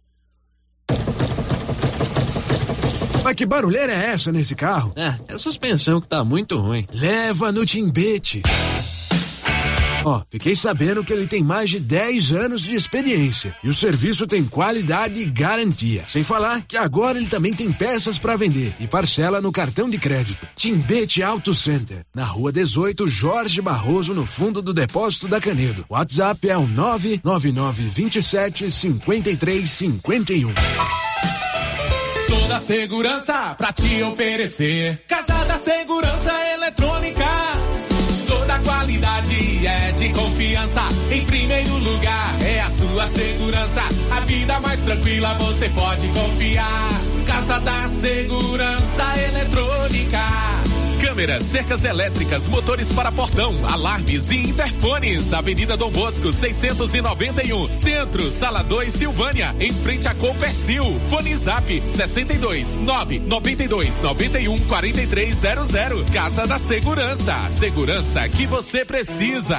Speaker 22: Mas que barulheira é essa nesse carro?
Speaker 23: É, é a suspensão que tá muito ruim.
Speaker 22: Leva no Timbete. Ó, fiquei sabendo que ele tem mais de dez anos de experiência e o serviço tem qualidade e garantia. Sem falar que agora ele também tem peças para vender e parcela no cartão de crédito. Timbete Auto Center, na rua dezoito, Jorge Barroso, no fundo do depósito da Canedo. O WhatsApp é o nove nove nove dois sete cinco três cinco um.
Speaker 24: Toda segurança pra te oferecer. Casa da Segurança Eletrônica. Toda qualidade é de confiança. Em primeiro lugar é a sua segurança. A vida mais tranquila você pode confiar. Casa da Segurança Eletrônica. Câmeras, cercas elétricas, motores para portão, alarmes e interfones. Avenida Dom Bosco, seiscentos e noventa e um. Centro, Sala dois, Silvânia, em frente a Copercil. Fone Zap sessenta e dois, nove nove dois, nove um, quatro três zero zero. Casa da Segurança. Segurança que você precisa.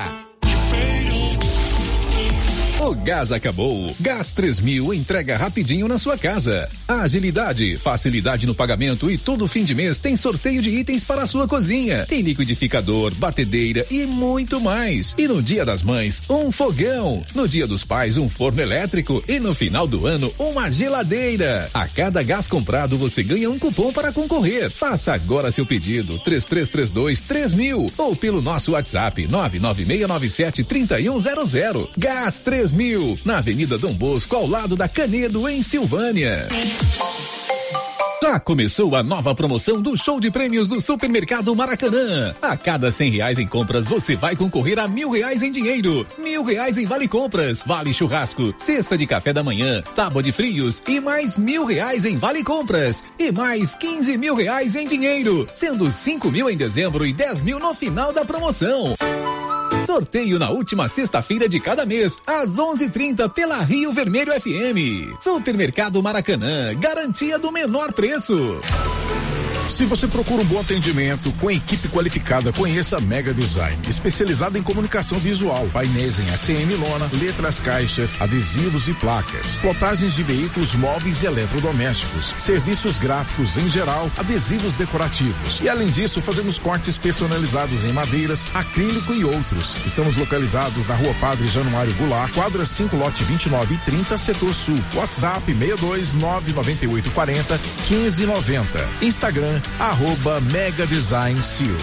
Speaker 7: O gás acabou. Gás três mil entrega rapidinho na sua casa. Agilidade, facilidade no pagamento e todo fim de mês tem sorteio de itens para a sua cozinha. Tem liquidificador, batedeira e muito mais. E no Dia das Mães, um fogão. No Dia dos Pais, um forno elétrico. E no final do ano, uma geladeira. A cada gás comprado, você ganha um cupom para concorrer. Faça agora seu pedido. três três três dois, três mil ou pelo nosso WhatsApp nove nove seis nove sete, três um zero zero. Gás três mil, na Avenida Dom Bosco, ao lado da Canedo, em Silvânia. Já começou a nova promoção do show de prêmios do Supermercado Maracanã. A cada cem reais em compras, você vai concorrer a mil reais em dinheiro, mil reais em vale compras, vale churrasco, cesta de café da manhã, tábua de frios e mais mil reais em vale compras e mais quinze mil reais em dinheiro, sendo cinco mil em dezembro e dez mil no final da promoção. Sorteio na última sexta-feira de cada mês, às onze e trinta pela Rio Vermelho F M. Supermercado Maracanã, garantia do menor preço.
Speaker 10: Se você procura um bom atendimento com equipe qualificada, conheça a Mega Design, especializada em comunicação visual, painéis em A C M lona, letras caixas, adesivos e placas, plotagens de veículos móveis e eletrodomésticos, serviços gráficos em geral, adesivos decorativos. E além disso, fazemos cortes personalizados em madeiras, acrílico e outros. Estamos localizados na Rua Padre Januário Goulart, quadra cinco, lote vinte e nove e trinta, setor sul. WhatsApp seis dois nove nove oito quatro zero um cinco nove zero. Instagram, arroba Mega Design Seal.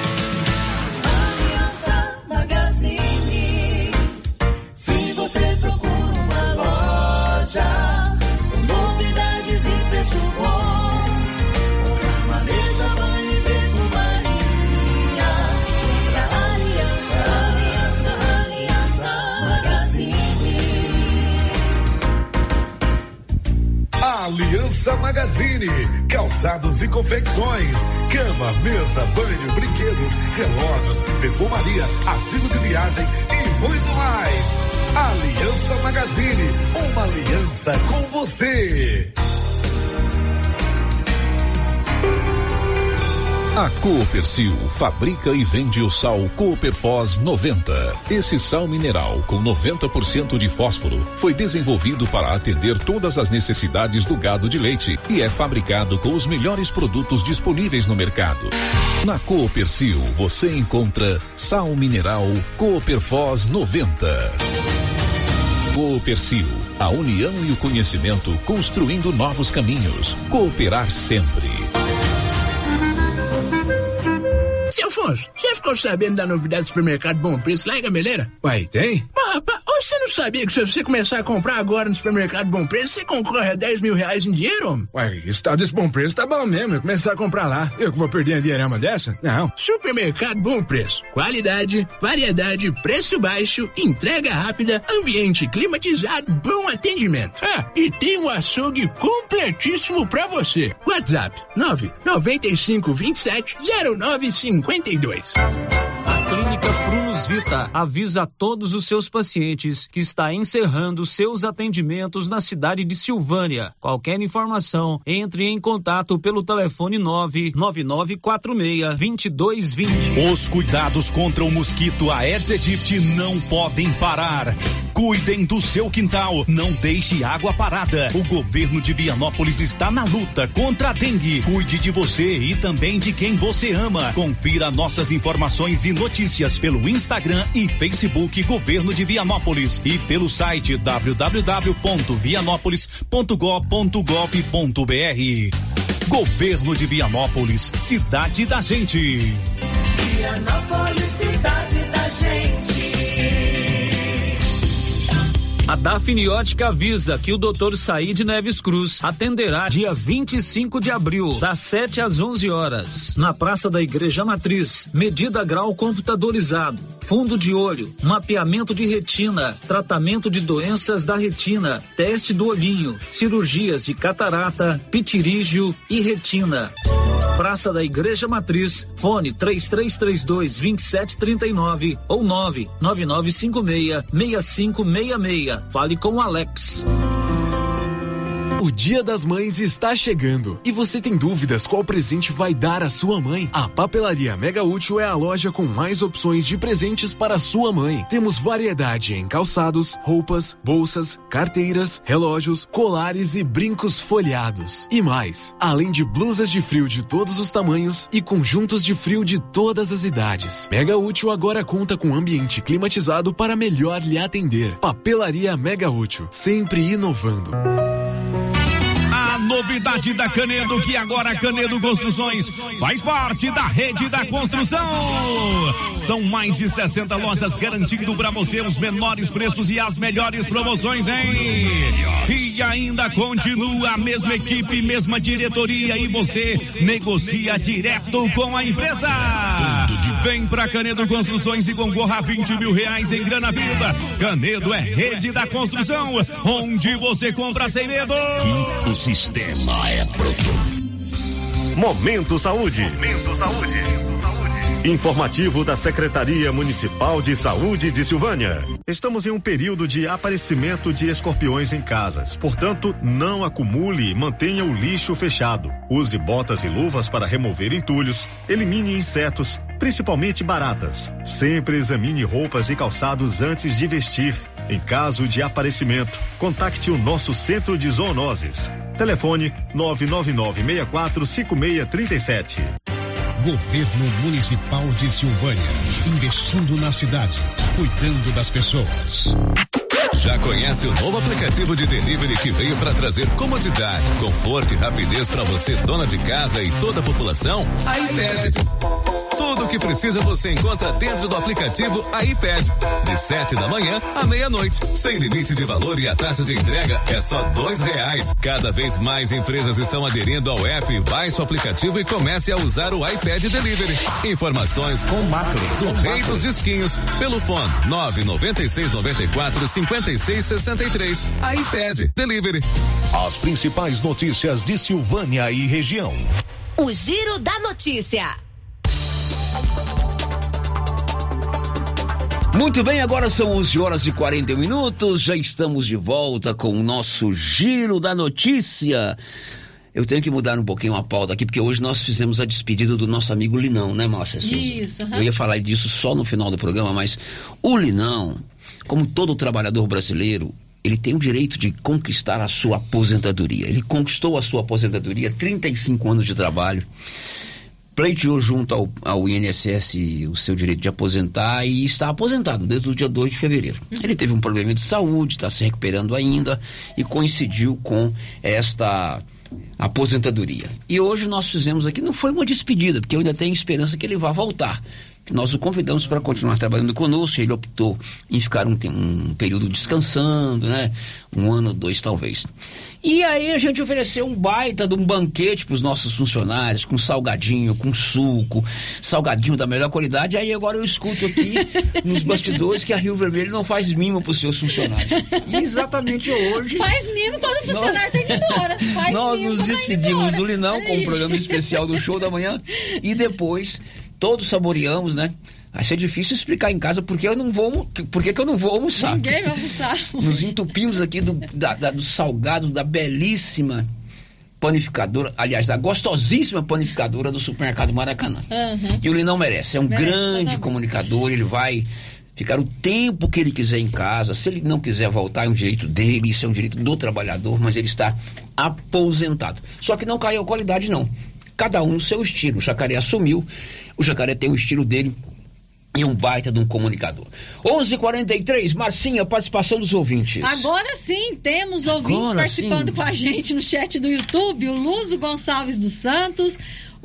Speaker 12: Aliança Magazine. Se você procura uma loja, novidades e preço bom, cama, mesa, banho e perfumaria, pra Aliança, Aliança, Aliança Magazine.
Speaker 13: Aliança Magazine, calçados e confecções, cama, mesa, banho, brinquedos, relógios, perfumaria, artigo de viagem e muito mais. Aliança Magazine, uma aliança com você.
Speaker 14: A Coopercil fabrica e vende o sal Cooperfos noventa. Esse sal mineral com noventa por cento de fósforo foi desenvolvido para atender todas as necessidades do gado de leite e é fabricado com os melhores produtos disponíveis no mercado. Na Coopercil você encontra sal mineral Cooperfos noventa. Coopercil, a união e o conhecimento construindo novos caminhos. Cooperar sempre.
Speaker 22: Seu Afonso, você ficou sabendo da novidade do supermercado Bom Preço lá em Gameleira?
Speaker 23: Uai, tem?
Speaker 22: Mas, rapaz, você não sabia que se você começar a comprar agora no supermercado Bom Preço, você concorre a dez mil reais em dinheiro, homem?
Speaker 23: Uai, esse tal desse Bom Preço tá bom mesmo, eu começar a comprar lá. Eu que vou perder a dinheirama dessa? Não.
Speaker 22: Supermercado Bom Preço. Qualidade, variedade, preço baixo, entrega rápida, ambiente climatizado, bom atendimento. Ah, e tem um açougue completíssimo pra você. WhatsApp nove nove cinco dois sete zero nove cinco dois.
Speaker 9: A Clínica Prunus Vita avisa a todos os seus pacientes que está encerrando seus atendimentos na cidade de Silvânia. Qualquer informação, entre em contato pelo telefone nove nove nove quatro seis dois dois dois zero.
Speaker 8: Os cuidados contra o mosquito Aedes aegypti não podem parar. Cuidem do seu quintal, não deixe água parada. O governo de Vianópolis está na luta contra a dengue. Cuide de você e também de quem você ama. Confira nossas informações e notícias pelo Instagram e Facebook Governo de Vianópolis e pelo site w w w ponto vianópolis ponto gov ponto gov ponto b r. Governo de Vianópolis, cidade da gente.
Speaker 12: Vianópolis, cidade da gente.
Speaker 9: A Dafniótica avisa que o doutor Saíde Neves Cruz atenderá dia vinte e cinco de abril, das sete às onze horas, na Praça da Igreja Matriz. Medida grau computadorizado, fundo de olho, mapeamento de retina, tratamento de doenças da retina, teste do olhinho, cirurgias de catarata, pitirígio e retina. Praça da Igreja Matriz, fone três três três dois, dois sete três nove ou nove nove nove cinco seis, seis cinco seis seis. Fale com o Alex.
Speaker 11: O Dia das Mães está chegando e você tem dúvidas qual presente vai dar à sua mãe? A Papelaria Mega Útil é a loja com mais opções de presentes para a sua mãe. Temos variedade em calçados, roupas, bolsas, carteiras, relógios, colares e brincos folheados. E mais, além de blusas de frio de todos os tamanhos e conjuntos de frio de todas as idades. Mega Útil agora conta com ambiente climatizado para melhor lhe atender. Papelaria Mega Útil, sempre inovando.
Speaker 8: A novidade da Canedo, que agora a Canedo Construções faz parte da rede da construção. São mais de sessenta lojas garantindo para você os menores preços e as melhores promoções, hein? E ainda continua a mesma equipe, mesma diretoria e você negocia direto com a empresa. Vem pra Canedo Construções e concorra a vinte mil reais em grana viva. Canedo é rede da construção, onde você compra sem medo.
Speaker 6: O sistema é pronto. Momento Saúde. Momento Saúde. Informativo da Secretaria Municipal de Saúde de Silvânia. Estamos em um período de aparecimento de escorpiões em casas. Portanto, não acumule e mantenha o lixo fechado. Use botas e luvas para remover entulhos. Elimine insetos, principalmente baratas. Sempre examine roupas e calçados antes de vestir. Em caso de aparecimento, contacte o nosso centro de zoonoses. Telefone nove nove nove seis quatro cinco seis três sete.
Speaker 4: Governo Municipal de Silvânia, investindo na cidade, cuidando das pessoas.
Speaker 11: Já conhece o novo aplicativo de delivery que veio para trazer comodidade, conforto e rapidez para você, dona de casa e toda a população? A iPad. Tudo o que precisa você encontra dentro do aplicativo iPad. De sete da manhã à meia-noite. Sem limite de valor e a taxa de entrega é só dois reais. Cada vez mais empresas estão aderindo ao app. Baixe o aplicativo e comece a usar o iPad Delivery. Informações com Macro, do Rei dos Disquinhos, pelo fone nove nove seis nove quatro cinco seis seis três. iPad Delivery.
Speaker 6: As principais notícias de Silvânia e região.
Speaker 3: O Giro da Notícia.
Speaker 5: Muito bem, agora são onze horas e quarenta e um minutos, já estamos de volta com o nosso Giro da Notícia. Eu tenho que mudar um pouquinho a pauta aqui, porque hoje nós fizemos a despedida do nosso amigo Linão, né, Márcia Souza?
Speaker 18: Isso. Uhum.
Speaker 5: Eu ia falar disso só no final do programa, mas o Linão, como todo trabalhador brasileiro, ele tem o direito de conquistar a sua aposentadoria. Ele conquistou a sua aposentadoria, trinta e cinco anos de trabalho. Pleiteou junto ao, ao I N S S o seu direito de aposentar e está aposentado desde o dia dois de fevereiro. Ele teve um problema de saúde, está se recuperando ainda e coincidiu com esta aposentadoria. E hoje nós fizemos aqui, não foi uma despedida, porque eu ainda tenho esperança que ele vá voltar. Nós o convidamos para continuar trabalhando conosco, ele optou em ficar um, um período descansando, né? Um ano, dois talvez. E aí a gente ofereceu um baita de um banquete para os nossos funcionários, com salgadinho, com suco, salgadinho da melhor qualidade. Aí agora eu escuto aqui nos bastidores que a Rio Vermelho não faz mimo para os seus funcionários. E exatamente hoje...
Speaker 18: Faz mimo quando o funcionário tem que ir embora. Faz
Speaker 5: nós
Speaker 18: mimo
Speaker 5: nos despedimos do Linão com o programa especial do Show da Manhã e depois todos saboreamos, né? Vai ser difícil explicar em casa porque eu não vou, porque que eu não vou almoçar.
Speaker 18: Ninguém vai almoçar.
Speaker 5: Nos entupimos aqui do, da, da, do salgado da belíssima panificadora, aliás, da gostosíssima panificadora do supermercado Maracanã. Uhum. E o Linão merece, é um merece, grande comunicador, ele vai ficar o tempo que ele quiser em casa. Se ele não quiser voltar, é um direito dele, isso é um direito do trabalhador, mas ele está aposentado. Só que não caiu a qualidade, não. Cada um no seu estilo. O Jacaré assumiu, o Jacaré tem o estilo dele e um baita de um comunicador. onze e quarenta e três, Marcinha, participação dos ouvintes.
Speaker 18: Agora sim, temos ouvintes Agora participando sim. com a gente no chat do YouTube, o Luzo Gonçalves dos Santos,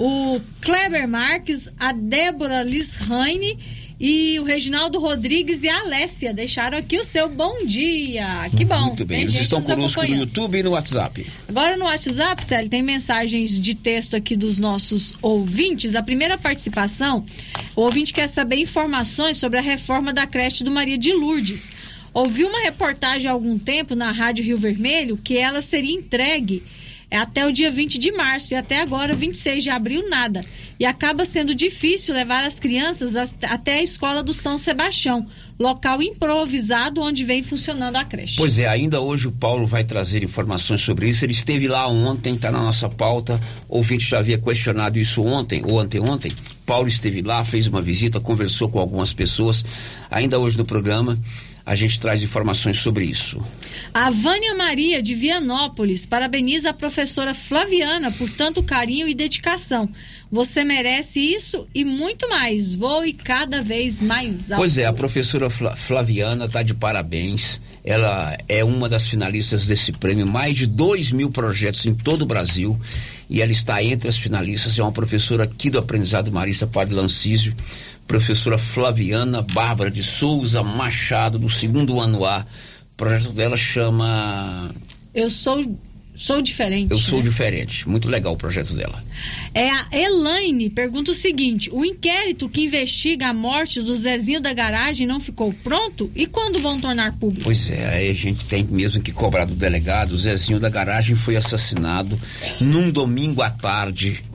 Speaker 18: o Kleber Marques, a Débora Lisraine e o Reginaldo Rodrigues e a Alessia deixaram aqui o seu bom dia. Que bom.
Speaker 5: Muito bem, eles estão conosco no YouTube e no WhatsApp.
Speaker 18: Agora no WhatsApp, Célio, tem mensagens de texto aqui dos nossos ouvintes. A primeira participação, o ouvinte quer saber informações sobre a reforma da creche do Maria de Lourdes. Ouviu uma reportagem há algum tempo na Rádio Rio Vermelho que ela seria entregue até o dia vinte de março e até agora, vinte e seis de abril, nada. E acaba sendo difícil levar as crianças até a escola do São Sebastião, local improvisado onde vem funcionando a creche.
Speaker 5: Pois é, ainda hoje o Paulo vai trazer informações sobre isso. Ele esteve lá ontem, está na nossa pauta. O ouvinte já havia questionado isso ontem ou anteontem. Paulo esteve lá, fez uma visita, conversou com algumas pessoas. Ainda hoje no programa a gente traz informações sobre isso.
Speaker 18: A Vânia Maria de Vianópolis parabeniza a professora Flaviana por tanto carinho e dedicação. Você merece isso e muito mais. Voe cada vez mais alto.
Speaker 5: Pois é, a professora Flaviana está de parabéns. Ela é uma das finalistas desse prêmio. Mais de dois mil projetos em todo o Brasil. E ela está entre as finalistas. É uma professora aqui do Aprendizado Marista Padre Lancísio. Professora Flaviana Bárbara de Souza Machado, do segundo ano A. O projeto dela chama...
Speaker 18: Eu sou... Sou diferente.
Speaker 5: Eu sou
Speaker 18: né?
Speaker 5: diferente. Muito legal o projeto dela.
Speaker 18: É a Elaine pergunta o seguinte: o inquérito que investiga a morte do Zezinho da garagem não ficou pronto? E quando vão tornar público?
Speaker 5: Pois é, aí a gente tem mesmo que cobrar do delegado. O Zezinho da garagem foi assassinado num domingo à tarde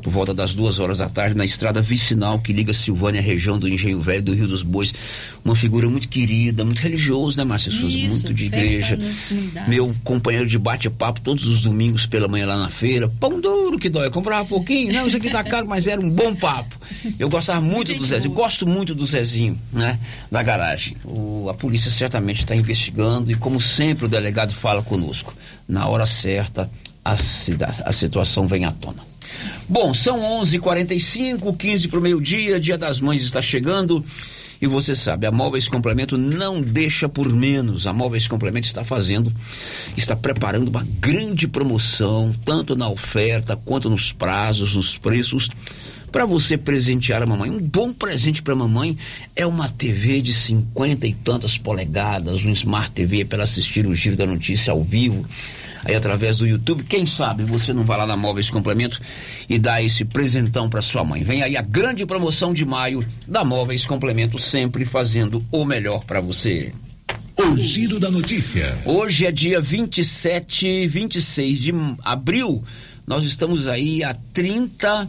Speaker 5: por volta das duas horas da tarde, na estrada vicinal que liga Silvânia à região do Engenho Velho do Rio dos Bois. Uma figura muito querida, muito religioso, né, Márcia Souza? Muito de igreja. Meu companheiro de bate-papo todos os domingos pela manhã lá na feira. Pão duro que dói, comprava pouquinho. Não, isso aqui tá caro, mas era um bom papo. Eu gostava muito do Zezinho, gosto muito do Zezinho, né, da garagem. O, a polícia certamente está investigando e, como sempre, o delegado fala conosco. Na hora certa, a, a situação vem à tona. Bom, são onze e quarenta e cinco, quinze para o meio-dia, Dia das Mães está chegando e você sabe, a Móveis Complemento não deixa por menos. A Móveis Complemento está fazendo, está preparando uma grande promoção, tanto na oferta quanto nos prazos, nos preços, para você presentear a mamãe. Um bom presente para a mamãe é uma T V de cinquenta e tantas polegadas, um Smart T V para assistir o Giro da Notícia ao vivo, aí através do YouTube. Quem sabe você não vai lá na Móveis Complemento e dá esse presentão para sua mãe. Vem aí a grande promoção de maio da Móveis Complemento, sempre fazendo o melhor para você.
Speaker 4: O Giro da Notícia.
Speaker 5: Hoje é dia vinte e sete, vinte e seis de abril. Nós estamos aí a trinta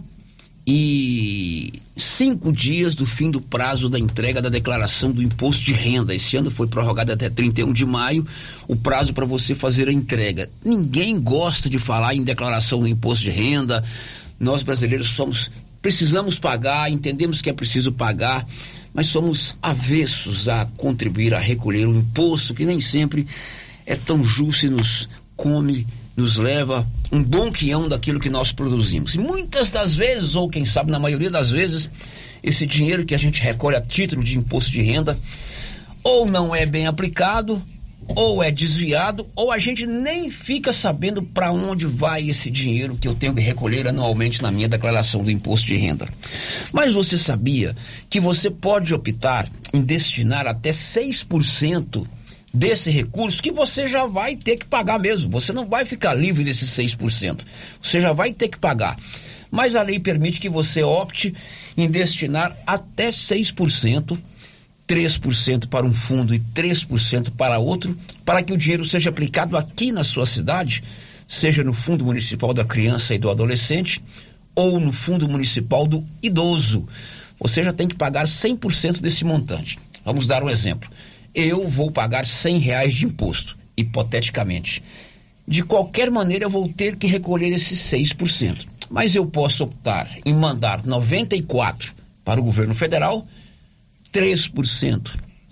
Speaker 5: e cinco dias do fim do prazo da entrega da declaração do imposto de renda. Esse ano foi prorrogado até trinta e um de maio o prazo para você fazer a entrega. Ninguém gosta de falar em declaração do imposto de renda. Nós brasileiros somos, precisamos pagar, entendemos que é preciso pagar, mas somos avessos a contribuir a recolher o imposto, que nem sempre é tão justo e nos come, nos leva um bom quinhão daquilo que nós produzimos. E muitas das vezes, ou quem sabe na maioria das vezes, esse dinheiro que a gente recolhe a título de imposto de renda ou não é bem aplicado, ou é desviado, ou a gente nem fica sabendo para onde vai esse dinheiro que eu tenho que recolher anualmente na minha declaração do imposto de renda. Mas você sabia que você pode optar em destinar até seis por cento desse recurso, que você já vai ter que pagar mesmo? Você não vai ficar livre desses seis por cento. Você já vai ter que pagar. Mas a lei permite que você opte em destinar até seis por cento, três por cento para um fundo e três por cento para outro, para que o dinheiro seja aplicado aqui na sua cidade, seja no Fundo Municipal da Criança e do Adolescente ou no Fundo Municipal do Idoso. Você já tem que pagar cem por cento desse montante. Vamos dar um exemplo. Eu vou pagar cem reais de imposto, hipoteticamente. De qualquer maneira, eu vou ter que recolher esses seis por cento. Mas eu posso optar em mandar noventa e quatro por cento para o governo federal, três por cento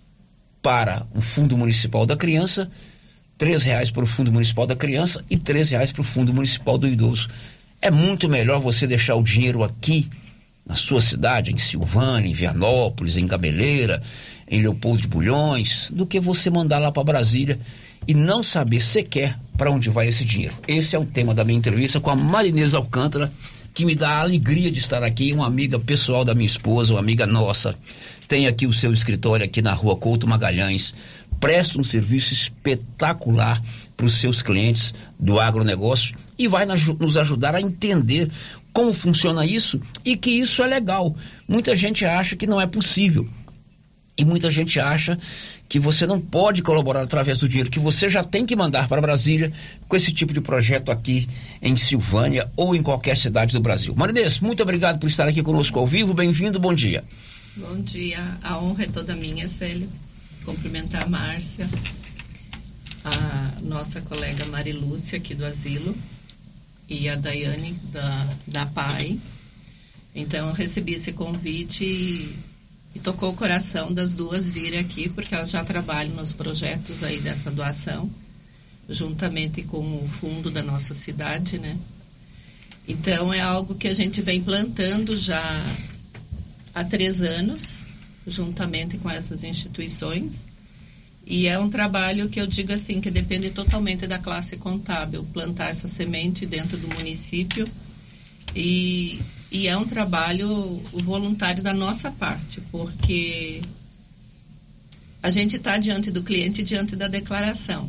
Speaker 5: para o Fundo Municipal da Criança, três reais para o Fundo Municipal da Criança e três reais para o Fundo Municipal do Idoso. É muito melhor você deixar o dinheiro aqui na sua cidade, em Silvânia, em Vianópolis, em Gameleira, em Leopoldo de Bulhões, do que você mandar lá para Brasília e não saber sequer para onde vai esse dinheiro. Esse é o tema da minha entrevista com a Marinês Alcântara, que me dá a alegria de estar aqui, uma amiga pessoal da minha esposa, uma amiga nossa. Tem aqui o seu escritório aqui na Rua Couto Magalhães, presta um serviço espetacular para os seus clientes do agronegócio e vai nos ajudar a entender como funciona isso e que isso é legal. Muita gente acha que não é possível. E muita gente acha que você não pode colaborar através do dinheiro que você já tem que mandar para Brasília com esse tipo de projeto aqui em Silvânia ou em qualquer cidade do Brasil. Marinês, muito obrigado por estar aqui conosco ao vivo. Bem-vindo, bom dia.
Speaker 2: Bom dia, a honra é toda minha, Célio. Cumprimentar a Márcia, a nossa colega Marilúcia aqui do Asilo e a Daiane da, da P A I. Então, eu recebi esse convite e E tocou o coração das duas virem aqui, porque elas já trabalham nos projetos aí dessa doação, juntamente com o fundo da nossa cidade, né? Então, é algo que a gente vem plantando já há três anos, juntamente com essas instituições. E é um trabalho que eu digo assim, que depende totalmente da classe contábil, plantar essa semente dentro do município. E... E é um trabalho voluntário da nossa parte, porque a gente está diante do cliente, diante da declaração.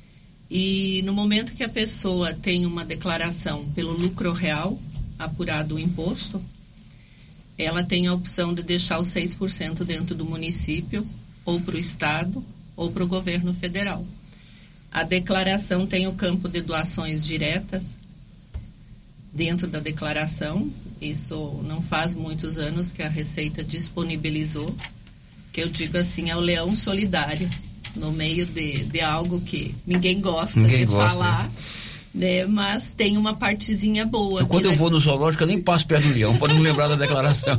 Speaker 2: E no momento que a pessoa tem uma declaração pelo lucro real, apurado o imposto, ela tem a opção de deixar os seis por cento dentro do município, ou para o Estado, ou para o governo federal. A declaração tem o campo de doações diretas, dentro da declaração. Isso não faz muitos anos que a Receita disponibilizou, que eu digo assim, é o leão solidário, no meio de, de algo que ninguém gosta
Speaker 5: ninguém
Speaker 2: de
Speaker 5: gosta.
Speaker 2: falar, né? Mas tem uma partezinha boa.
Speaker 5: Eu, quando eu vou no zoológico, eu nem passo perto do leão, pode não lembrar da declaração.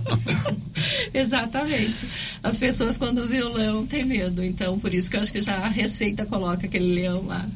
Speaker 2: Exatamente. As pessoas, quando vê o leão, têm medo. Então, por isso que eu acho que já a Receita coloca aquele leão lá.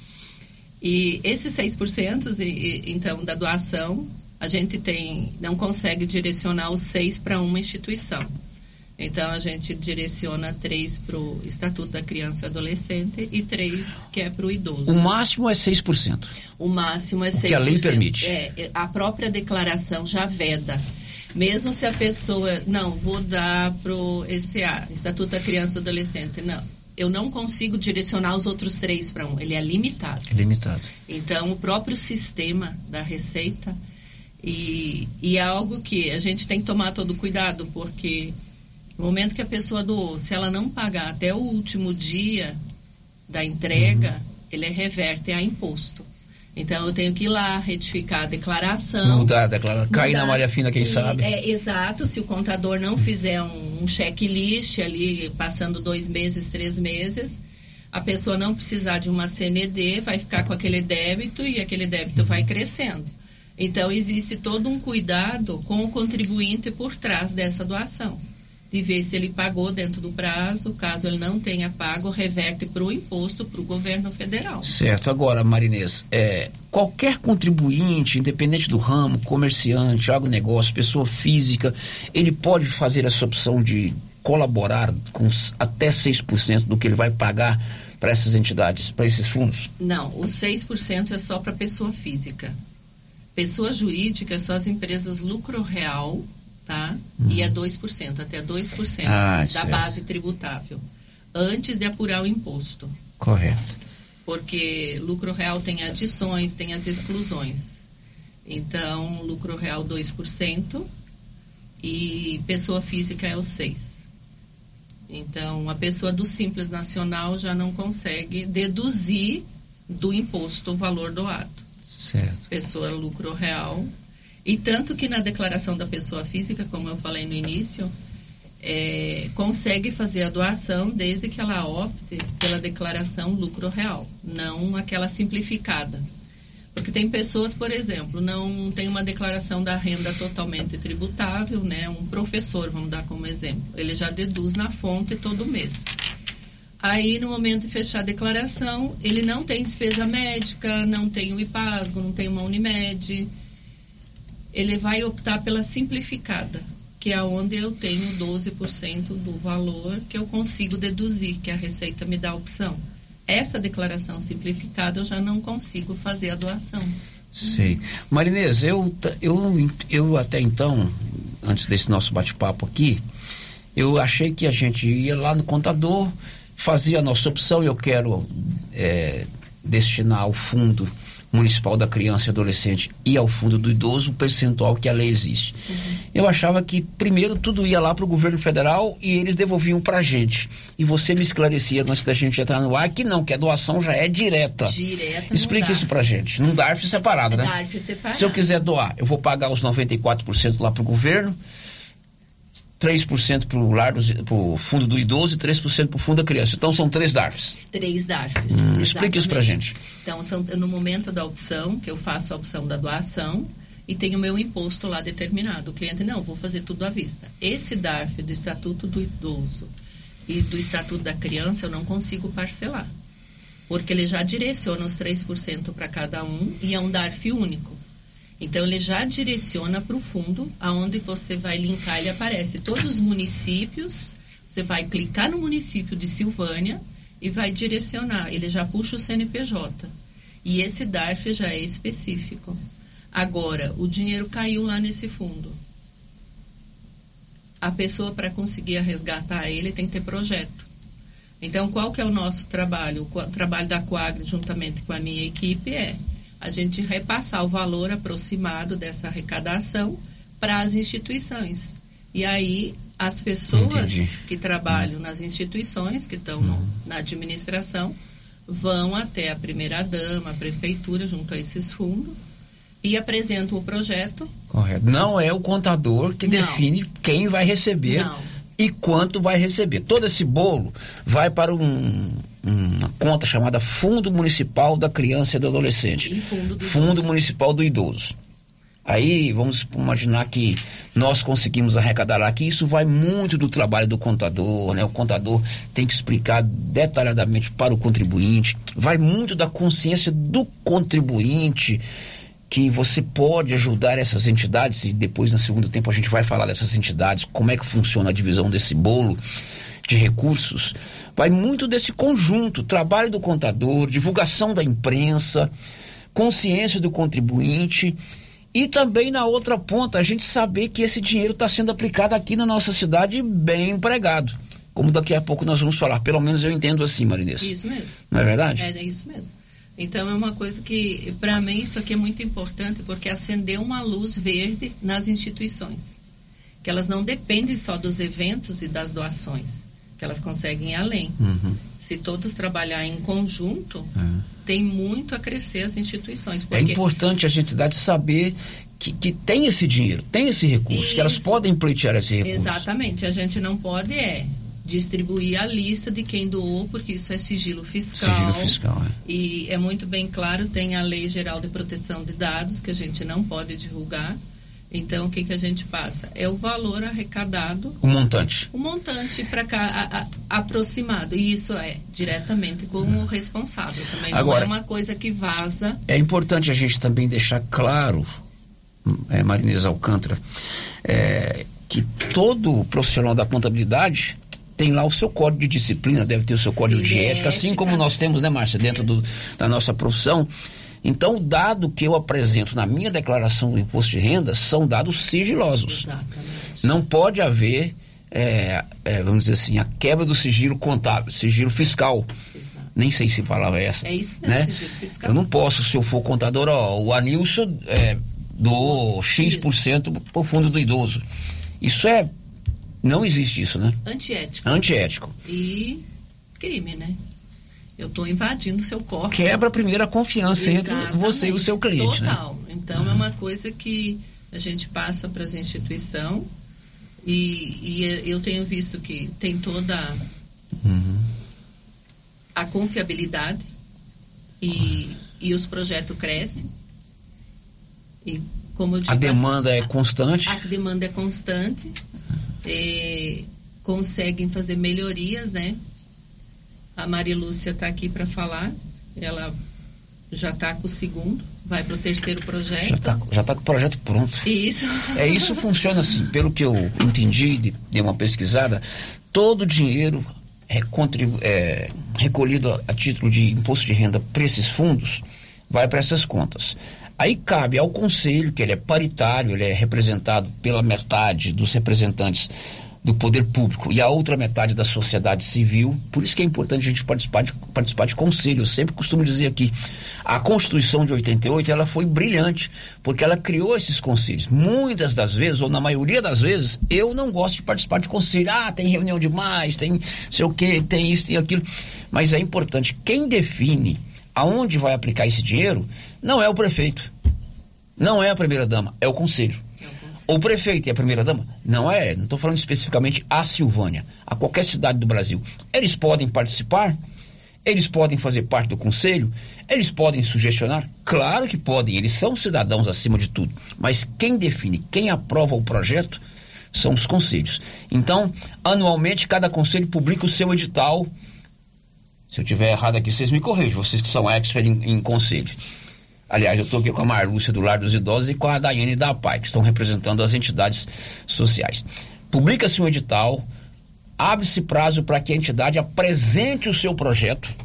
Speaker 2: E esses seis por cento, então, da doação, a gente tem, não consegue direcionar os seis para uma instituição. Então, a gente direciona três para o Estatuto da Criança e Adolescente e três que é para o idoso.
Speaker 5: O máximo é seis por cento.
Speaker 2: O máximo é seis por cento.
Speaker 5: Que a lei permite.
Speaker 2: É, a própria declaração já veda. Mesmo se a pessoa, não, vou dar para o E C A, Estatuto da Criança e Adolescente, não. Eu não consigo direcionar os outros três para um. Ele é limitado.
Speaker 5: É limitado.
Speaker 2: Então, o próprio sistema da Receita, e, e é algo que a gente tem que tomar todo cuidado, porque no momento que a pessoa doou, se ela não pagar até o último dia da entrega, uhum. ele reverte a imposto. Então, eu tenho que ir lá, retificar a declaração.
Speaker 5: Mudar a declaração. Cair na malha fina, quem
Speaker 2: e,
Speaker 5: sabe.
Speaker 2: É, exato. Se o contador não fizer um, um checklist ali, passando dois meses, três meses, a pessoa não precisar de uma C N D, vai ficar com aquele débito e aquele débito vai crescendo. Então, existe todo um cuidado com o contribuinte por trás dessa doação. De ver se ele pagou dentro do prazo, caso ele não tenha pago, reverte para o imposto, para o governo federal.
Speaker 5: Certo. Agora, Marinês, é, qualquer contribuinte, independente do ramo, comerciante, agronegócio, pessoa física, ele pode fazer essa opção de colaborar com até seis por cento do que ele vai pagar para essas entidades, para esses fundos?
Speaker 2: Não, os seis por cento é só para pessoa física. Pessoa jurídica é só as empresas lucro real, tá? Hum. E é dois por cento, até dois por cento
Speaker 5: ah,
Speaker 2: da
Speaker 5: certo.
Speaker 2: base tributável, antes de apurar o imposto.
Speaker 5: Correto.
Speaker 2: Porque lucro real tem adições, tem as exclusões. Então, lucro real dois por cento e pessoa física é o seis por cento. Então, a pessoa do Simples Nacional já não consegue deduzir do imposto o valor doado.
Speaker 5: Certo.
Speaker 2: Pessoa lucro real. E tanto que na declaração da pessoa física, como eu falei no início, é, consegue fazer a doação desde que ela opte pela declaração lucro real, não aquela simplificada. Porque tem pessoas, por exemplo, não tem uma declaração da renda totalmente tributável, né? Um professor, vamos dar como exemplo, ele já deduz na fonte todo mês. Aí, no momento de fechar a declaração, ele não tem despesa médica, não tem o IPASGO, não tem uma Unimed. Ele vai optar pela simplificada, que é onde eu tenho doze por cento do valor que eu consigo deduzir, que a Receita me dá a opção. Essa declaração simplificada eu já não consigo fazer a doação.
Speaker 5: Sei. Marinês, eu, eu, eu até então, antes desse nosso bate-papo aqui, eu achei que a gente ia lá no contador, fazia a nossa opção, eu quero é, destinar ao fundo municipal da criança e adolescente e ao fundo do idoso o percentual que a lei existe. Uhum. Eu achava que primeiro tudo ia lá para o governo federal e eles devolviam para a gente. E você me esclarecia antes da gente entrar no ar que não, que a doação já é direta.
Speaker 2: Direta.
Speaker 5: Explica isso para a gente. Num D A R F separado, né?
Speaker 2: D A R F separado.
Speaker 5: Se eu quiser doar, eu vou pagar os noventa e quatro por cento lá para o governo, três por cento para o fundo do idoso e três por cento para o fundo da criança. Então são três D A R Fs.
Speaker 2: Três D A R Fs.
Speaker 5: Hum, explica isso pra gente.
Speaker 2: Então, são, no momento da opção, que eu faço a opção da doação e tenho o meu imposto lá determinado. O cliente, não, vou fazer tudo à vista. Esse D A R F do Estatuto do Idoso e do Estatuto da Criança eu não consigo parcelar. Porque ele já direciona os três por cento para cada um e é um D A R F único. Então, ele já direciona para o fundo, aonde você vai linkar, ele aparece todos os municípios, você vai clicar no município de Silvânia e vai direcionar, ele já puxa o C N P J. E esse D A R F já é específico. Agora, o dinheiro caiu lá nesse fundo. A pessoa, para conseguir resgatar ele, tem que ter projeto. Então, qual que é o nosso trabalho? O trabalho da Coagro, juntamente com a minha equipe, é a gente repassar o valor aproximado dessa arrecadação para as instituições. E aí, as pessoas Entendi. que trabalham nas instituições, que estão no, na administração, vão até a primeira-dama, a prefeitura, junto a esses fundos, e apresentam o projeto.
Speaker 5: Correto. Não é o contador que
Speaker 2: Não.
Speaker 5: define quem vai receber
Speaker 2: Não.
Speaker 5: e quanto vai receber. Todo esse bolo vai para um, uma conta chamada Fundo Municipal da Criança e do Adolescente.
Speaker 2: E Fundo do
Speaker 5: Fundo
Speaker 2: Idoso.
Speaker 5: Municipal do Idoso. Aí vamos imaginar que nós conseguimos arrecadar lá, que isso vai muito do trabalho do contador, né? O contador tem que explicar detalhadamente para o contribuinte, vai muito da consciência do contribuinte, que você pode ajudar essas entidades, e depois no segundo tempo a gente vai falar dessas entidades, como é que funciona a divisão desse bolo de recursos. Vai muito desse conjunto, trabalho do contador, divulgação da imprensa, consciência do contribuinte. E também na outra ponta, a gente saber que esse dinheiro está sendo aplicado aqui na nossa cidade bem empregado. Como daqui a pouco nós vamos falar. Pelo menos eu entendo assim, Marinês.
Speaker 2: Isso mesmo.
Speaker 5: Não é verdade?
Speaker 2: É, é isso mesmo. Então é uma coisa que, para mim, isso aqui é muito importante, porque acendeu uma luz verde nas instituições. Que elas não dependem só dos eventos e das doações, que elas conseguem ir além.
Speaker 5: Uhum.
Speaker 2: Se todos trabalharem em conjunto,
Speaker 5: É.
Speaker 2: tem muito a crescer as instituições.
Speaker 5: É
Speaker 2: Porque
Speaker 5: importante as entidades saber que, que tem esse dinheiro, tem esse recurso,
Speaker 2: Isso.
Speaker 5: que elas podem pleitear esse recurso.
Speaker 2: Exatamente. A gente não pode é distribuir a lista de quem doou, porque isso é sigilo fiscal.
Speaker 5: Sigilo fiscal, é.
Speaker 2: E é muito bem claro, tem a Lei Geral de Proteção de Dados, que a gente não pode divulgar. Então, o que, que a gente passa? É o valor arrecadado.
Speaker 5: O montante.
Speaker 2: O montante para cá, a, a, aproximado. E isso é diretamente com o responsável também.
Speaker 5: Agora,
Speaker 2: não é uma coisa que vaza.
Speaker 5: É importante a gente também deixar claro, é, Marinês Alcântara, é, que todo profissional da contabilidade tem lá o seu código de disciplina, deve ter o seu código
Speaker 2: Sim,
Speaker 5: de ética, assim
Speaker 2: ética.
Speaker 5: como nós temos, né, Márcia, dentro do, da nossa profissão. Então, o dado que eu apresento na minha declaração do imposto de renda são dados sigilosos.
Speaker 2: Exatamente.
Speaker 5: Não pode haver, é, é, vamos dizer assim, a quebra do sigilo contábil, sigilo fiscal.
Speaker 2: Exato.
Speaker 5: Nem sei se palavra é essa.
Speaker 2: É isso mesmo,
Speaker 5: né?
Speaker 2: sigilo fiscal.
Speaker 5: Eu não posso, se eu for contador, ó, o Anilson é, do X por cento para o fundo do idoso. Isso é... Não existe isso, né?
Speaker 2: Antiético.
Speaker 5: Antiético.
Speaker 2: E crime, né? Eu estou invadindo seu corpo.
Speaker 5: Quebra primeiro a confiança
Speaker 2: Exatamente.
Speaker 5: entre você e o seu cliente,
Speaker 2: Total.
Speaker 5: né?
Speaker 2: Então, uhum. é uma coisa que a gente passa para as instituições e, e eu tenho visto que tem toda
Speaker 5: uhum.
Speaker 2: a confiabilidade e, uhum. e os projetos crescem. E como eu digo,
Speaker 5: a demanda
Speaker 2: a,
Speaker 5: é constante.
Speaker 2: A demanda é constante. É, conseguem fazer melhorias, né? A Marilúcia está aqui para falar. Ela já está com o segundo, vai para o terceiro projeto.
Speaker 5: Já está já tá com o projeto pronto.
Speaker 2: Isso.
Speaker 5: É, isso funciona assim, pelo que eu entendi, de, de uma pesquisada, todo o dinheiro é, contribu- é, recolhido a, a título de imposto de renda para esses fundos vai para essas contas. Aí cabe ao conselho, que ele é paritário, ele é representado pela metade dos representantes do poder público e a outra metade da sociedade civil. Por isso que é importante a gente participar de, participar de conselho. Eu sempre costumo dizer aqui, a Constituição de oitenta e oito, ela foi brilhante, porque ela criou esses conselhos. Muitas das vezes, ou na maioria das vezes, eu não gosto de participar de conselho. Ah, tem reunião demais, tem sei o que, tem isso, tem aquilo. Mas é importante, quem define aonde vai aplicar esse dinheiro não é o prefeito, não é a primeira-dama, é o conselho.
Speaker 2: É o conselho.
Speaker 5: O prefeito e a primeira-dama não é, não estou falando especificamente a Silvânia, a qualquer cidade do Brasil. Eles podem participar, eles podem fazer parte do conselho, eles podem sugestionar, claro que podem, eles são cidadãos acima de tudo, mas quem define, quem aprova o projeto são os conselhos. Então, anualmente, cada conselho publica o seu edital. Se eu tiver errado aqui, vocês me corrijam, vocês que são expert em, em conselhos. Aliás, eu estou aqui com a Marlúcia do Lar dos Idosos e com a Daiane da A P A I, que estão representando as entidades sociais. Publica-se um edital, abre-se prazo para que a entidade apresente o seu projeto,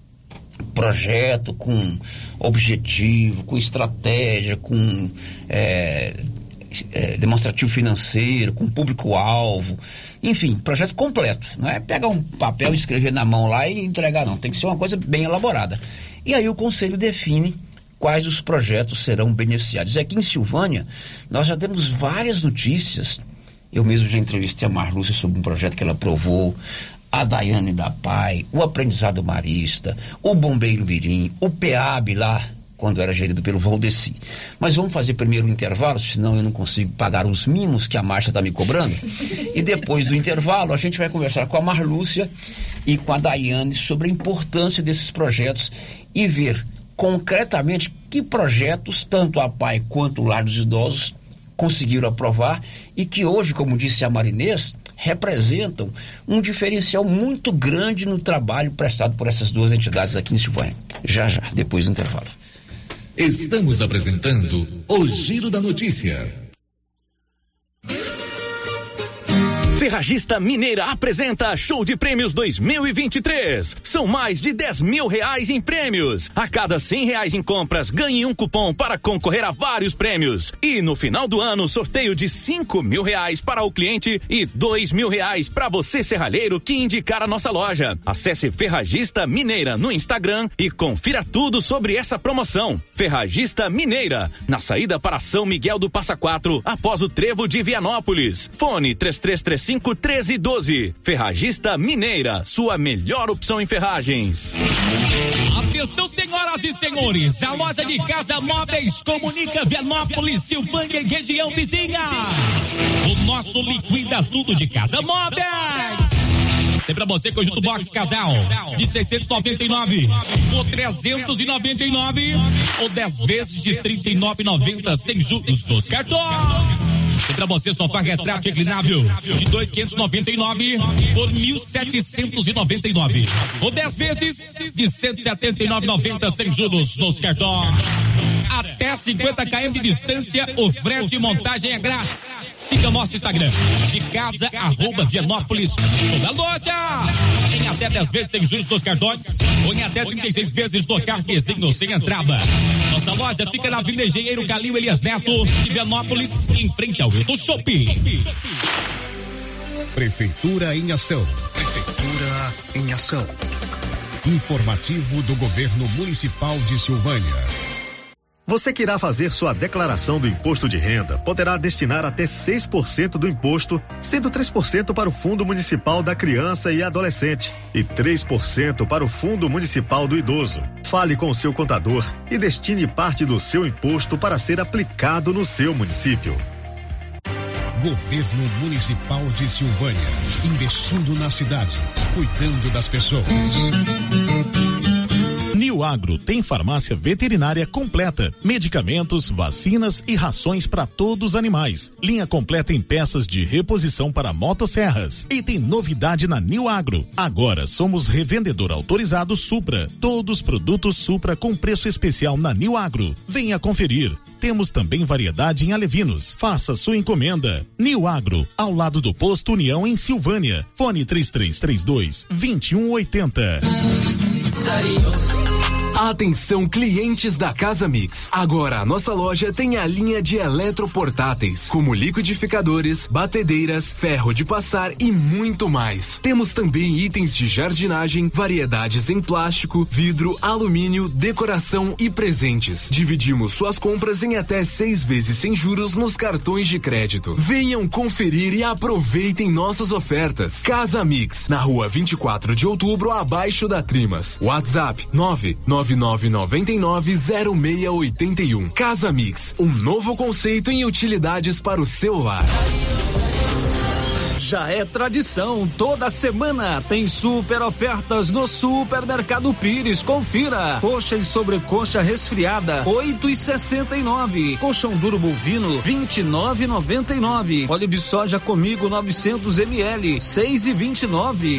Speaker 5: projeto com objetivo, com estratégia, com é, é, demonstrativo financeiro, com público-alvo, enfim, projeto completo. Não é pegar um papel, escrever na mão lá e entregar, não. Tem que ser uma coisa bem elaborada. E aí o conselho define quais os projetos serão beneficiados. Aqui em Silvânia, nós já temos várias notícias. Eu mesmo já entrevistei a Marlúcia sobre um projeto que ela aprovou, a Daiane da P A I, o Aprendizado Marista, o Bombeiro Mirim, o P E A B lá quando era gerido pelo Valdeci. Mas vamos fazer primeiro o intervalo, senão eu não consigo pagar os mimos que a Márcia está me cobrando. E depois do intervalo, a gente vai conversar com a Marlúcia e com a Daiane sobre a importância desses projetos e ver concretamente que projetos tanto a P A I quanto o Lar dos Idosos conseguiram aprovar e que hoje, como disse a Marinês, representam um diferencial muito grande no trabalho prestado por essas duas entidades aqui em Silvânia. Já, já, depois do intervalo.
Speaker 7: Estamos apresentando o Giro da Notícia.
Speaker 15: Ferragista Mineira apresenta Show de Prêmios dois mil e vinte e três. São mais de dez mil reais em prêmios. A cada cem reais em compras, ganhe um cupom para concorrer a vários prêmios. E no final do ano, sorteio de cinco mil reais para o cliente e dois mil reais para você, serralheiro, que indicar a nossa loja. Acesse Ferragista Mineira no Instagram e confira tudo sobre essa promoção. Ferragista Mineira, na saída para São Miguel do Passa Quatro, após o trevo de Vianópolis. Fone três três três cinco um três um três. Ferragista Mineira, sua melhor opção em ferragens.
Speaker 8: Atenção, senhoras e senhores, a loja de Casa Móveis comunica Vianópolis, Silvânia e região vizinha. O nosso liquida tudo de Casa Móveis. Tem pra você conjunto box casal de seiscentos e noventa e nove por trezentos e noventa e nove ou dez vezes de trinta e nove reais e noventa centavos sem juros dos cartões. Tem pra você sofá retrato reclinável de dois mil quinhentos e noventa e nove por mil setecentos e noventa e nove ou dez vezes de cento e setenta e nove reais e noventa centavos sem juros nos cartões. Até cinquenta quilômetros de distância, o frete e montagem é grátis. Siga nosso Instagram, de casa, arroba Vianópolis. Toda loja em até dez vezes sem juros dos cartões ou em até trinta e seis vezes no cartezinho sem entrada. Nossa loja fica na Avenida Engenheiro Calil Elias Neto, de Vianópolis, em frente ao Hilton Shopping.
Speaker 14: Prefeitura em ação. Prefeitura em ação. Informativo do Governo Municipal de Silvânia.
Speaker 16: Você que irá fazer sua declaração do imposto de renda poderá destinar até seis por cento do imposto, sendo três por cento para o Fundo Municipal da Criança e Adolescente e três por cento para o Fundo Municipal do Idoso. Fale com o seu contador e destine parte do seu imposto para ser aplicado no seu município.
Speaker 14: Governo Municipal de Silvânia, investindo na cidade, cuidando das pessoas.
Speaker 17: Neo Agro tem farmácia veterinária completa, medicamentos, vacinas e rações para todos os animais. Linha completa em peças de reposição para motosserras. E tem novidade na Neo Agro. Agora somos revendedor autorizado Supra. Todos os produtos Supra com preço especial na Neo Agro. Venha conferir. Temos também variedade em alevinos. Faça sua encomenda. Neo Agro, ao lado do Posto União em Silvânia. Fone três três três dois, dois um oito zero.
Speaker 11: Atenção, clientes da Casa Mix. Agora a nossa loja tem a linha de eletroportáteis, como liquidificadores, batedeiras, ferro de passar e muito mais. Temos também itens de jardinagem, variedades em plástico, vidro, alumínio, decoração e presentes. Dividimos suas compras em até seis vezes sem juros nos cartões de crédito. Venham conferir e aproveitem nossas ofertas. Casa Mix, na rua vinte e quatro de outubro, abaixo da Trimas. WhatsApp nove nove nove nove nove zero seis oito um. Casa Mix, um novo conceito em utilidades para o celular.
Speaker 9: Já é tradição, toda semana tem super ofertas no Supermercado Pires. Confira: coxa e sobrecoxa resfriada oito e sessenta e nove, colchão duro bovino vinte e nove e noventa e nove, óleo de soja comigo novecentos mililitros seis e vinte e nove.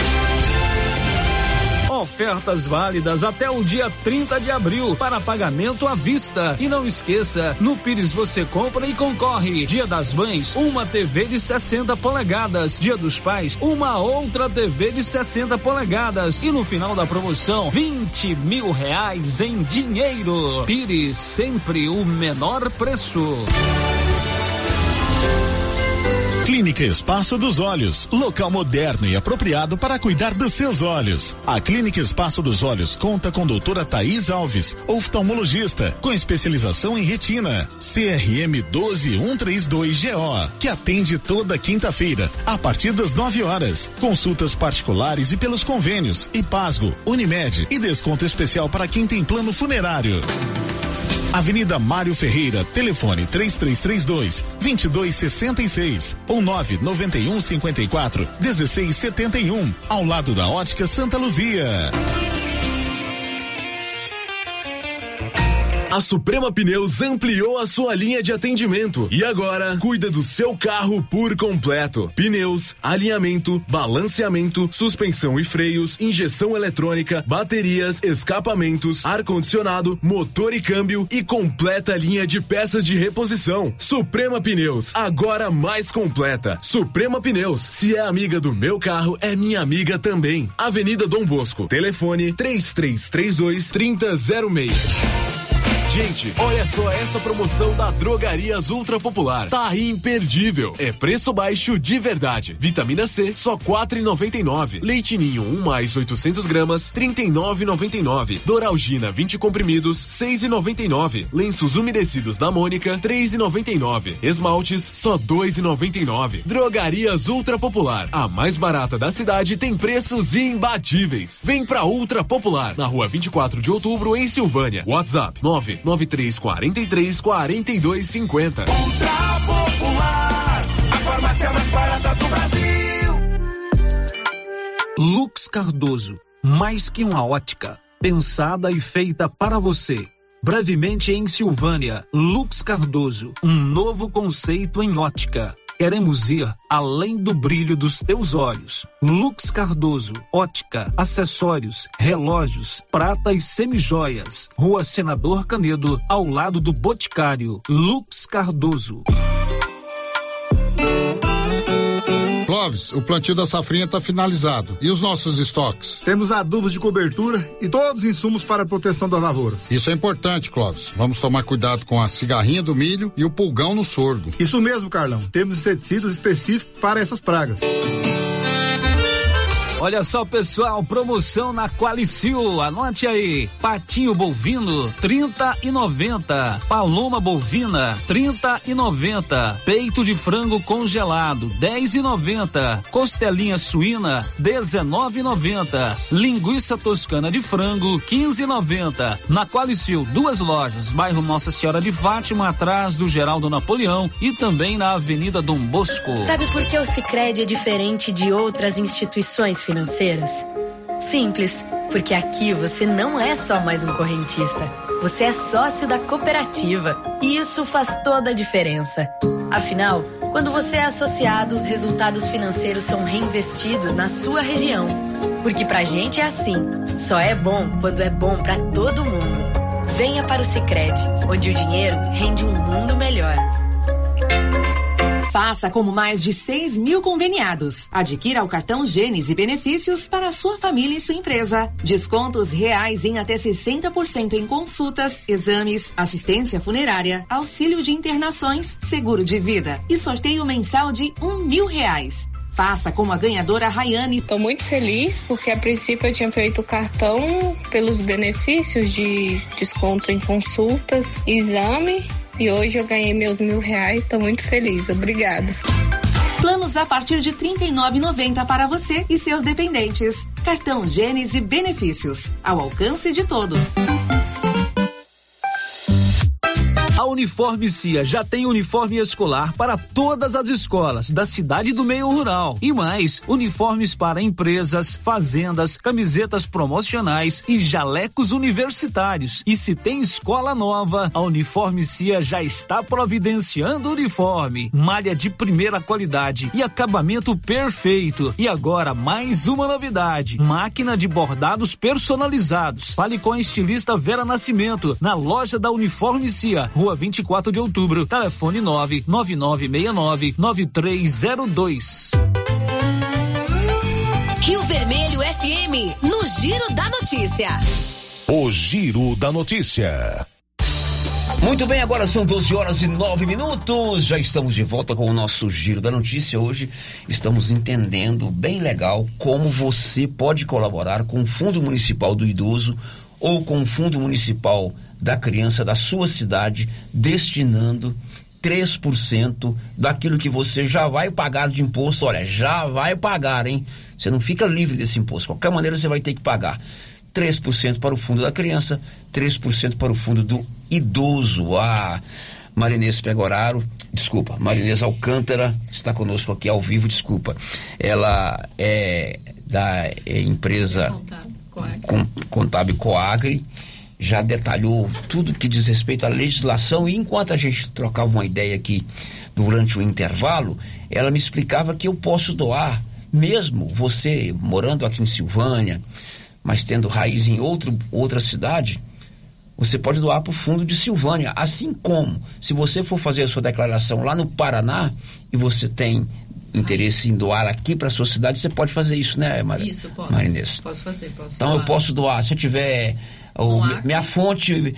Speaker 9: Ofertas válidas até o dia trinta de abril para pagamento à vista. E não esqueça, no Pires você compra e concorre. Dia das Mães, uma T V de sessenta polegadas. Dia dos Pais, uma outra T V de sessenta polegadas. E no final da promoção, vinte mil reais em dinheiro. Pires, sempre o menor preço.
Speaker 17: Clínica Espaço dos Olhos, local moderno e apropriado para cuidar dos seus olhos. A Clínica Espaço dos Olhos conta com doutora Thaís Alves, oftalmologista, com especialização em retina, C R M um dois um três dois G O, que atende toda quinta-feira, a partir das nove horas. Consultas particulares e pelos convênios, Ipasgo, Unimed e desconto especial para quem tem plano funerário. Avenida Mário Ferreira, telefone três três três dois, dois dois seis seis ou nove nove um cinco quatro, um seis sete um, ao lado da Ótica Santa Luzia.
Speaker 11: A Suprema Pneus ampliou a sua linha de atendimento e agora cuida do seu carro por completo. Pneus, alinhamento, balanceamento, suspensão e freios, injeção eletrônica, baterias, escapamentos, ar-condicionado, motor e câmbio e completa linha de peças de reposição. Suprema Pneus, agora mais completa. Suprema Pneus, se é amiga do meu carro, é minha amiga também. Avenida Dom Bosco, telefone três três três dois, três zero zero seis. Gente, olha só essa promoção da Drogarias Ultra Popular. Tá imperdível. É preço baixo de verdade. Vitamina C, só quatro reais e noventa e nove. Leite Ninho, um mais oitocentos gramas, trinta e nove reais e noventa e nove. Doralgina, vinte comprimidos, seis reais e noventa e nove. Lenços umedecidos da Mônica, três reais e noventa e nove. Esmaltes, só dois reais e noventa e nove. Drogarias Ultra Popular. A mais barata da cidade tem preços imbatíveis. Vem pra Ultra Popular, na rua vinte e quatro de outubro, em Silvânia. WhatsApp nove nove três quatro três, quatro dois cinco zero.
Speaker 12: Ultra Popular, a farmácia mais barata do Brasil.
Speaker 9: Lux Cardoso, mais que uma ótica, pensada e feita para você. Brevemente em Silvânia, Lux Cardoso, um novo conceito em ótica. Queremos ir além do brilho dos teus olhos. Lux Cardoso, ótica, acessórios, relógios, prata e semijoias. Rua Senador Canedo, ao lado do Boticário. Lux Cardoso.
Speaker 1: Clóvis, o plantio da safrinha está finalizado. E os nossos estoques?
Speaker 19: Temos adubos de cobertura e todos os insumos para a proteção das lavouras.
Speaker 1: Isso é importante, Clóvis. Vamos tomar cuidado com a cigarrinha do milho e o pulgão no sorgo.
Speaker 19: Isso mesmo, Carlão. Temos inseticidas específicos para essas pragas.
Speaker 9: Olha só, pessoal, promoção na Qualicil, anote aí, patinho bovino, trinta e noventa, paloma bovina, trinta e noventa, peito de frango congelado, dez e noventa, costelinha suína, dezenove e noventa, linguiça toscana de frango, quinze e noventa. Na Qualicil, duas lojas, bairro Nossa Senhora de Fátima, atrás do Geraldo Napoleão e também na Avenida Dom Bosco.
Speaker 20: Sabe por que o Sicredi é diferente de outras instituições financeiras? Financeiras? Simples, porque aqui você não é só mais um correntista, você é sócio da cooperativa e isso faz toda a diferença. Afinal, quando você é associado, os resultados financeiros são reinvestidos na sua região, porque pra gente é assim, só é bom quando é bom pra todo mundo. Venha para o Sicredi, onde o dinheiro rende um mundo melhor.
Speaker 21: Faça como mais de seis mil conveniados. Adquira o cartão Gênesis e benefícios para a sua família e sua empresa. Descontos reais em até sessenta por cento em consultas, exames, assistência funerária, auxílio de internações, seguro de vida e sorteio mensal de um mil reais. Faça como a ganhadora Rayane.
Speaker 25: Estou muito feliz porque a princípio eu tinha feito o cartão pelos benefícios de desconto em consultas, exame. E hoje eu ganhei meus mil reais, estou muito feliz, obrigada.
Speaker 21: Planos a partir de trinta e nove reais e noventa centavos para você e seus dependentes. Cartão Gênesis e benefícios, ao alcance de todos.
Speaker 9: A Uniforme Cia já tem uniforme escolar para todas as escolas da cidade e do meio rural. E mais, uniformes para empresas, fazendas, camisetas promocionais e jalecos universitários. E se tem escola nova, a Uniforme Cia já está providenciando uniforme, malha de primeira qualidade e acabamento perfeito. E agora mais uma novidade, máquina de bordados personalizados. Fale com a estilista Vera Nascimento, na loja da Uniforme Cia, Rua vinte e quatro de outubro, telefone nove nove nove seis nove nove três zero dois.
Speaker 3: Rio Vermelho F M, no Giro da Notícia.
Speaker 4: O Giro da Notícia.
Speaker 5: Muito bem, agora são doze horas e nove minutos, já estamos de volta com o nosso Giro da Notícia. Hoje estamos entendendo bem legal como você pode colaborar com o Fundo Municipal do Idoso ou com o Fundo Municipal da Criança da sua cidade, destinando três por cento daquilo que você já vai pagar de imposto. Olha, já vai pagar, hein? Você não fica livre desse imposto, de qualquer maneira você vai ter que pagar. três por cento para o fundo da criança, três por cento para o fundo do idoso. A Marinês Pegoraro, desculpa, Marinês Alcântara está conosco aqui ao vivo, desculpa. Ela é da é, empresa Com, Contábil Coagri, já detalhou tudo que diz respeito à legislação, e enquanto a gente trocava uma ideia aqui durante o intervalo, ela me explicava que eu posso doar, mesmo você morando aqui em Silvânia, mas tendo raiz em outro, outra cidade, você pode doar para o fundo de Silvânia, assim como se você for fazer a sua declaração lá no Paraná e você tem interesse em doar aqui para a sua cidade, você pode fazer isso, né, Mar...
Speaker 2: Isso, posso.
Speaker 5: Marinês?
Speaker 2: Posso fazer, posso
Speaker 5: Então
Speaker 2: doar.
Speaker 5: Eu posso doar, se eu tiver o, minha fonte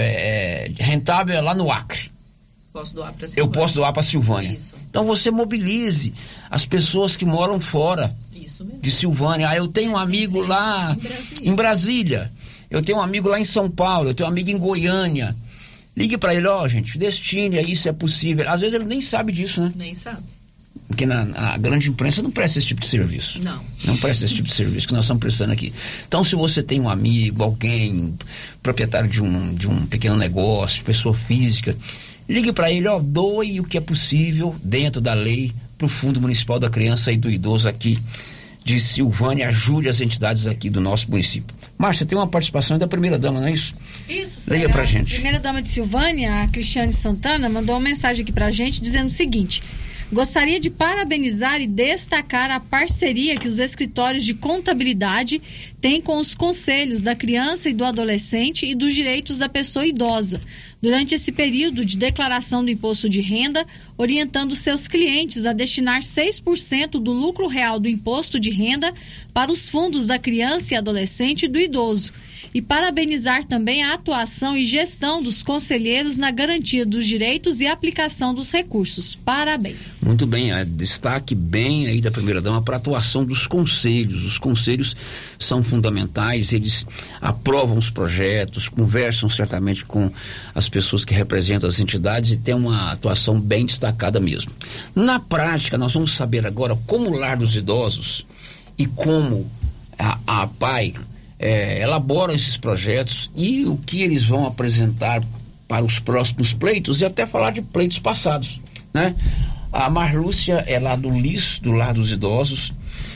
Speaker 5: é, é, rentável é lá no Acre.
Speaker 2: Posso doar para Silvânia.
Speaker 5: Eu posso doar para Silvânia.
Speaker 2: Isso.
Speaker 5: Então você mobilize as pessoas que moram fora
Speaker 2: Isso mesmo.
Speaker 5: de Silvânia. Ah, eu tenho um amigo lá em Brasília. em Brasília. Eu tenho um amigo lá em São Paulo. Eu tenho um amigo em Goiânia. Ligue para ele, ó, gente, destine aí se é possível. Às vezes ele nem sabe disso, né?
Speaker 2: Nem sabe.
Speaker 5: Porque na, a grande imprensa não presta esse tipo de serviço.
Speaker 2: Não.
Speaker 5: Não presta esse tipo de serviço que nós estamos prestando aqui. Então, se você tem um amigo, alguém, proprietário de um, de um pequeno negócio, pessoa física, ligue para ele, ó, doe o que é possível dentro da lei para o Fundo Municipal da Criança e do Idoso aqui de Silvânia. Ajude as entidades aqui do nosso município. Márcia, tem uma participação da primeira-dama, não é isso?
Speaker 18: Isso.
Speaker 5: Leia pra gente.
Speaker 18: A primeira-dama de Silvânia, a Cristiane Santana, mandou uma mensagem aqui pra gente dizendo o seguinte: gostaria de parabenizar e destacar a parceria que os escritórios de contabilidade têm com os conselhos da criança e do adolescente e dos direitos da pessoa idosa, durante esse período de declaração do imposto de renda, orientando seus clientes a destinar seis por cento do lucro real do imposto de renda para os fundos da criança e adolescente e do idoso. E parabenizar também a atuação e gestão dos conselheiros na garantia dos direitos e aplicação dos recursos. Parabéns.
Speaker 5: Muito bem, é, destaque bem aí da primeira-dama para a atuação dos conselhos. Os conselhos são fundamentais, eles aprovam os projetos, conversam certamente com as pessoas que representam as entidades e tem uma atuação bem destacada mesmo. Na prática, nós vamos saber agora como o Lar dos Idosos e como a, a P A I é, elaboram esses projetos e o que eles vão apresentar para os próximos pleitos e até falar de pleitos passados, né? A Marlúcia é lá do L I S, do Lar dos Idosos,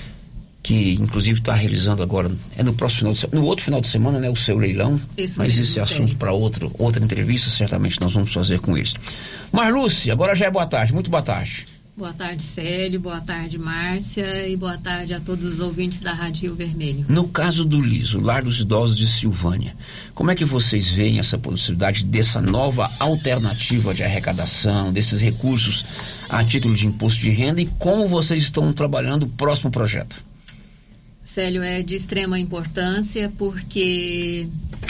Speaker 5: que inclusive está realizando agora, é no próximo final de semana, no outro final de semana, né, o seu leilão. Isso mas mesmo, esse é assunto para outra, outra entrevista, certamente nós vamos fazer com eles. Marlúcia, agora já é boa tarde, muito boa tarde.
Speaker 10: Boa tarde, Célio, boa tarde, Márcia, e boa tarde a todos os ouvintes da Rádio Rio Vermelho.
Speaker 5: No caso do L I S, o Lar dos Idosos de Silvânia, como é que vocês veem essa possibilidade dessa nova alternativa de arrecadação, desses recursos a título de imposto de renda, e como vocês estão trabalhando o próximo projeto?
Speaker 10: Célio, é de extrema importância porque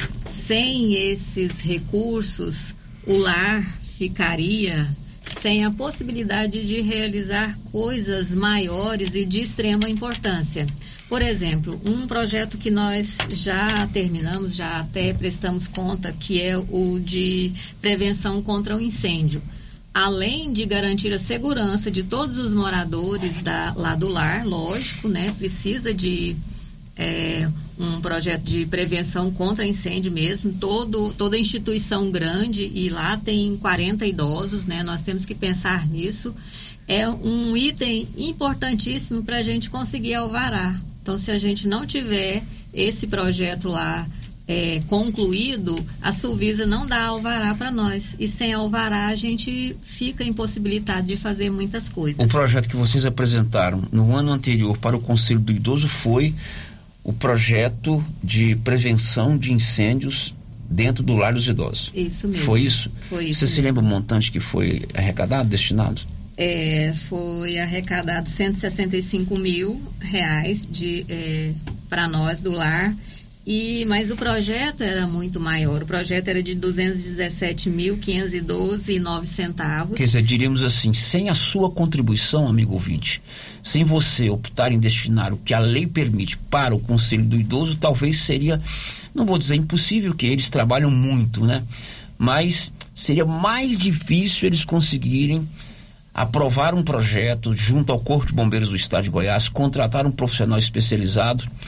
Speaker 10: sem esses recursos o lar ficaria sem a possibilidade de realizar coisas maiores e de extrema importância. Por exemplo, um projeto que nós já terminamos, já até prestamos conta, que é o de prevenção contra o incêndio. Além de garantir a segurança de todos os moradores da, lá do lar, lógico, né? Precisa de é, um projeto de prevenção contra incêndio mesmo, todo, toda instituição grande, e lá tem quarenta idosos, né? Nós temos que pensar nisso. É um item importantíssimo para a gente conseguir alvará. Então, se a gente não tiver esse projeto lá É, concluído, a Sulvisa não dá alvará para nós, e sem alvará a gente fica impossibilitado de fazer muitas coisas.
Speaker 5: O projeto que vocês apresentaram no ano anterior para o Conselho do Idoso foi o projeto de prevenção de incêndios dentro do Lar dos Idosos.
Speaker 10: Isso mesmo.
Speaker 5: Foi isso?
Speaker 10: Foi isso.
Speaker 5: Você
Speaker 10: mesmo.
Speaker 5: se lembra o montante que foi arrecadado, destinado?
Speaker 10: É, foi arrecadado cento e sessenta e cinco mil reais de, é, para nós do lar. E, mas o projeto era muito maior. O projeto era de duzentos e dezessete mil, quinhentos e doze reais e nove centavos.
Speaker 5: Quer dizer, diríamos assim, sem a sua contribuição, amigo ouvinte, sem você optar em destinar o que a lei permite para o Conselho do Idoso, talvez seria, não vou dizer impossível, que eles trabalham muito, né? Mas seria mais difícil eles conseguirem aprovar um projeto junto ao Corpo de Bombeiros do Estado de Goiás, contratar um profissional especializado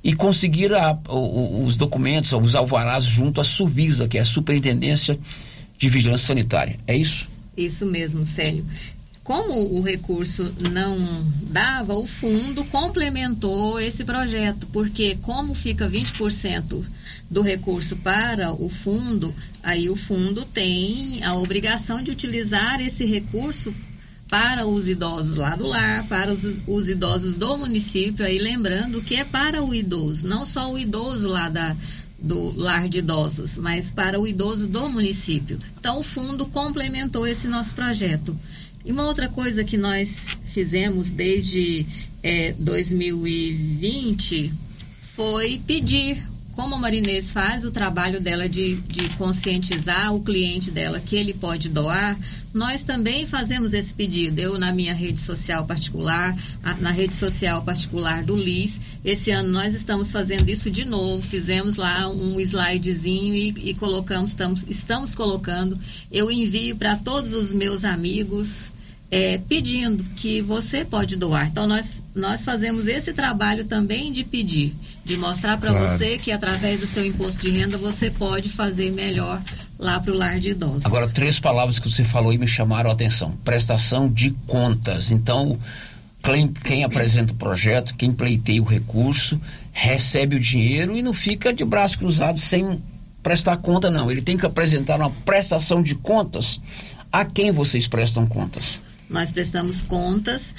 Speaker 5: e conseguir a, o, os documentos, os alvarás junto à Suvisa, que é a Superintendência de Vigilância Sanitária. É isso?
Speaker 10: Isso mesmo, Célio. Como o recurso não dava, o fundo complementou esse projeto, porque como fica vinte por cento do recurso para o fundo, aí o fundo tem a obrigação de utilizar esse recurso para os idosos lá do lar, para os, os idosos do município, aí lembrando que é para o idoso, não só o idoso lá da, do lar de idosos, mas para o idoso do município. Então o fundo complementou esse nosso projeto. E uma outra coisa que nós fizemos desde é, dois mil e vinte foi pedir, como a Marinês faz o trabalho dela de, de conscientizar o cliente dela que ele pode doar, nós também fazemos esse pedido. Eu na minha rede social particular, a, na rede social particular do L I S, esse ano nós estamos fazendo isso de novo, fizemos lá um slidezinho e, e colocamos, estamos, estamos colocando, eu envio para todos os meus amigos, É, pedindo que você pode doar. Então nós, nós fazemos esse trabalho também de pedir, de mostrar para claro. Você que através do seu imposto de renda você pode fazer melhor lá para o lar de idosos.
Speaker 5: Agora, três palavras que você falou e me chamaram a atenção: prestação de contas. Então quem, quem apresenta o projeto, quem pleiteia o recurso, recebe o dinheiro e não fica de braço cruzado sem prestar conta, não. Ele tem que apresentar uma prestação de contas. A quem vocês prestam contas?
Speaker 10: Nós prestamos contas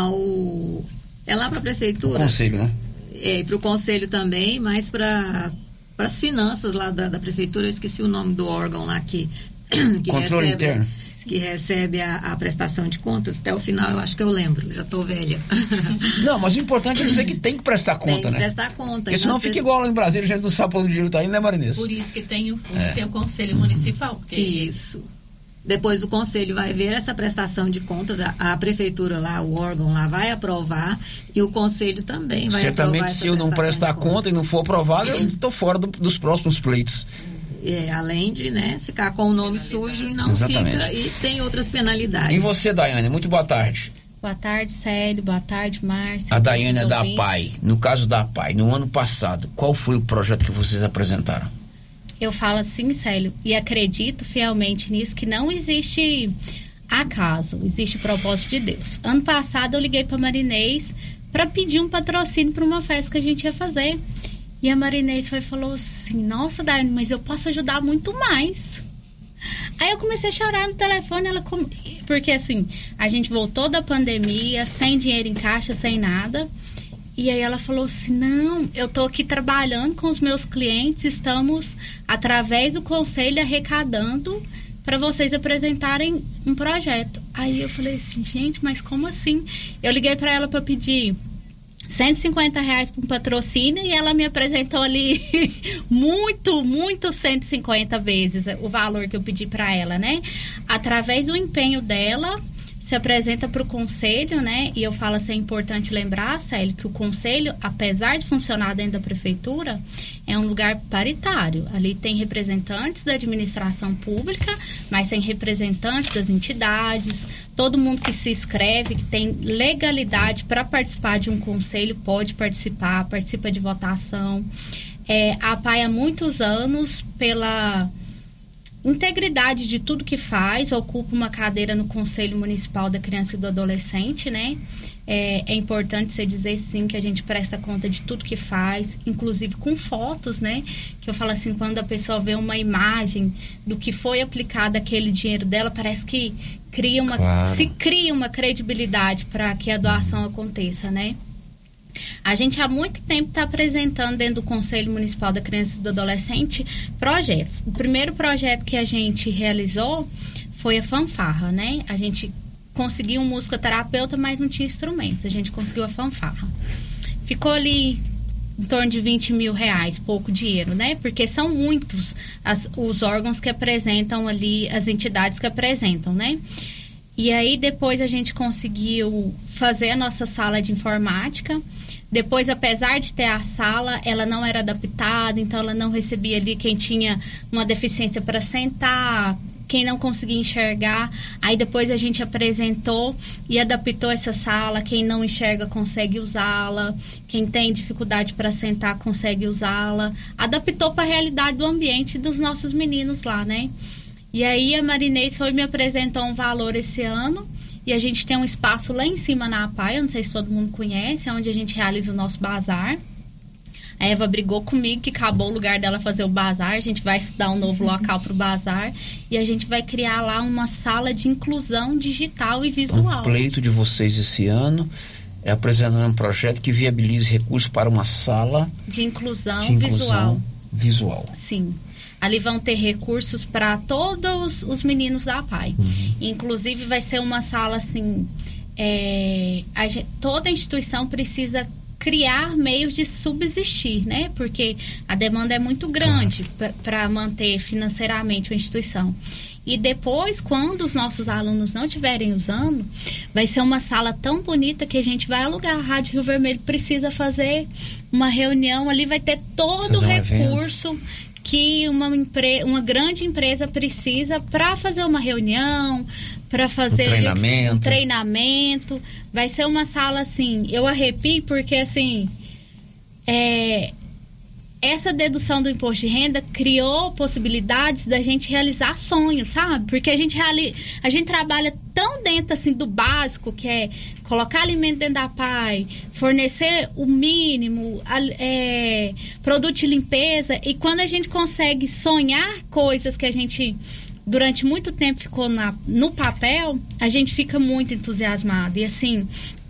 Speaker 10: ao... É lá para a prefeitura.
Speaker 5: O conselho, né?
Speaker 10: É, para o conselho também, mas para as finanças lá da, da prefeitura, eu esqueci o nome do órgão lá que... que
Speaker 5: Controle
Speaker 10: recebe,
Speaker 5: interno.
Speaker 10: Que recebe a, a prestação de contas. Até o final eu acho que eu lembro, já estou velha.
Speaker 5: Não, mas o importante é dizer que tem que prestar conta,
Speaker 10: tem que
Speaker 5: né?
Speaker 10: prestar conta.
Speaker 5: Porque senão fica igual lá em Brasília, a gente não sabe para onde o dinheiro está indo, né, Marinês?
Speaker 2: Por isso que tem o,
Speaker 5: é.
Speaker 2: tem o conselho municipal. Porque
Speaker 10: isso. Depois o conselho vai ver essa prestação de contas, a, a prefeitura lá, o órgão lá vai aprovar e o conselho também vai
Speaker 5: Certamente,
Speaker 10: aprovar essa
Speaker 5: se eu não prestar
Speaker 10: conta.
Speaker 5: conta e não for aprovado, eu estou fora do, dos próximos pleitos.
Speaker 10: É, além de, né, ficar com o nome sujo e não
Speaker 5: Exatamente.
Speaker 10: Fica, e tem outras penalidades.
Speaker 5: E você, Daiane, muito boa tarde.
Speaker 6: Boa tarde, Célio, boa tarde, Márcia.
Speaker 5: A Daiane é da A P A I. No caso da A P A I, no ano passado, qual foi o projeto que vocês apresentaram?
Speaker 6: Eu falo assim, Célio, e acredito fielmente nisso, que não existe acaso, existe propósito de Deus. Ano passado eu liguei para a Marinês para pedir um patrocínio para uma festa que a gente ia fazer. E a Marinês foi e falou assim: nossa, Daiane, mas eu posso ajudar muito mais. Aí eu comecei a chorar no telefone, ela com... porque assim, a gente voltou da pandemia, sem dinheiro em caixa, sem nada. E aí ela falou assim: não, eu tô aqui trabalhando com os meus clientes, estamos através do conselho arrecadando para vocês apresentarem um projeto. Aí eu falei assim: gente, mas como assim? Eu liguei para ela para pedir cento e cinquenta reais para um patrocínio e ela me apresentou ali muito, muito cento e cinquenta vezes o valor que eu pedi para ela, né? Através do empenho dela, se apresenta para o conselho, né? E eu falo assim, é importante lembrar, Célio, que o conselho, apesar de funcionar dentro da prefeitura, é um lugar paritário. Ali tem representantes da administração pública, mas tem representantes das entidades. Todo mundo que se inscreve, que tem legalidade para participar de um conselho, pode participar, participa de votação. É, a A P A I há muitos anos, pela integridade de tudo que faz, ocupa uma cadeira no Conselho Municipal da Criança e do Adolescente, né? É, é importante você dizer, sim, que a gente presta conta de tudo que faz, inclusive com fotos, né? Que eu falo assim, quando a pessoa vê uma imagem do que foi aplicado aquele dinheiro dela, parece que cria uma, claro. se cria uma credibilidade para que a doação aconteça, né? A gente há muito tempo está apresentando dentro do Conselho Municipal da Criança e do Adolescente projetos. O primeiro projeto que a gente realizou foi a fanfarra, né? A gente conseguiu um musicoterapeuta, mas não tinha instrumentos. A gente conseguiu a fanfarra. Ficou ali em torno de vinte mil reais, pouco dinheiro, né? Porque são muitos as, os órgãos que apresentam ali, as entidades que apresentam, né? E aí depois a gente conseguiu fazer a nossa sala de informática. Depois, apesar de ter a sala, ela não era adaptada, então ela não recebia ali quem tinha uma deficiência para sentar, quem não conseguia enxergar, aí depois a gente apresentou e adaptou essa sala, quem não enxerga consegue usá-la, quem tem dificuldade para sentar consegue usá-la, adaptou para a realidade do ambiente dos nossos meninos lá, né? E aí a Marinês foi me apresentou um valor esse ano, e a gente tem um espaço lá em cima na APAI, eu não sei se todo mundo conhece, é onde a gente realiza o nosso bazar. A Eva brigou comigo que acabou o lugar dela fazer o bazar, a gente vai estudar um novo local para o bazar e a gente vai criar lá uma sala de inclusão digital e visual.
Speaker 5: O pleito de vocês esse ano é apresentando um projeto que viabilize recursos para uma sala
Speaker 6: de inclusão,
Speaker 5: de inclusão
Speaker 6: visual.
Speaker 5: visual.
Speaker 6: Sim. Ali vão ter recursos para todos os meninos da APAI. Uhum. Inclusive vai ser uma sala assim, é, a gente, toda a instituição precisa criar meios de subsistir, né? Porque a demanda é muito grande para manter financeiramente a instituição. E depois, quando os nossos alunos não estiverem usando, vai ser uma sala tão bonita que a gente vai alugar. A Rádio Rio Vermelho precisa fazer uma reunião ali, vai ter todo o recurso evento. que uma, empre... uma grande empresa precisa para fazer uma reunião, para fazer
Speaker 5: um treinamento.
Speaker 6: um treinamento. Vai ser uma sala assim, eu arrepio porque assim, é, essa dedução do imposto de renda criou possibilidades da gente realizar sonhos, sabe? Porque a gente, reali, a gente trabalha tão dentro assim do básico, que é colocar alimento dentro da P A I, fornecer o mínimo, é, produto de limpeza, e quando a gente consegue sonhar coisas que a gente durante muito tempo ficou na, no papel, a gente fica muito entusiasmado. E assim,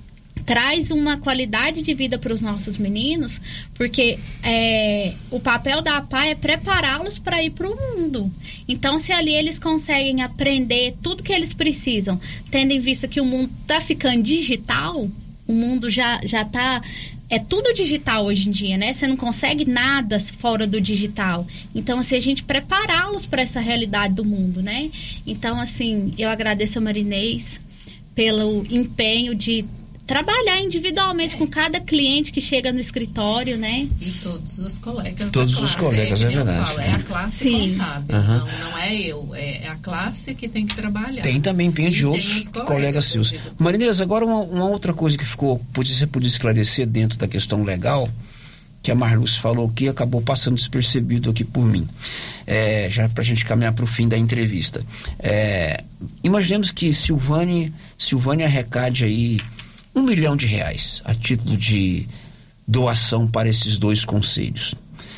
Speaker 6: traz uma qualidade de vida para os nossos meninos, porque é, o papel da A P A I é prepará-los para ir para o mundo. Então, se ali eles conseguem aprender tudo que eles precisam, tendo em vista que o mundo está ficando digital, o mundo já já está... É tudo digital hoje em dia, né? Você não consegue nada fora do digital. Então, assim, a gente prepará-los para essa realidade do mundo, né? Então, assim, eu agradeço a Marinês pelo empenho de trabalhar individualmente é. com cada cliente que chega no escritório, né?
Speaker 2: E todos os colegas
Speaker 5: Todos
Speaker 2: da classe.
Speaker 5: os colegas, é, é verdade.
Speaker 2: Falo, é a classe
Speaker 6: Sim.
Speaker 2: contábil,
Speaker 5: uhum.
Speaker 2: não, não é eu, é a classe que tem que trabalhar.
Speaker 5: Tem também empenho de outros colegas, colegas seus. Marinês, agora uma, uma outra coisa que ficou, você podia esclarecer dentro da questão legal, que a Marluce falou que acabou passando despercebido aqui por mim, é, já para a gente caminhar para o fim da entrevista. É, imaginemos que Silvânia, Silvânia arrecade aí um milhão de reais a título de doação para esses dois conselhos.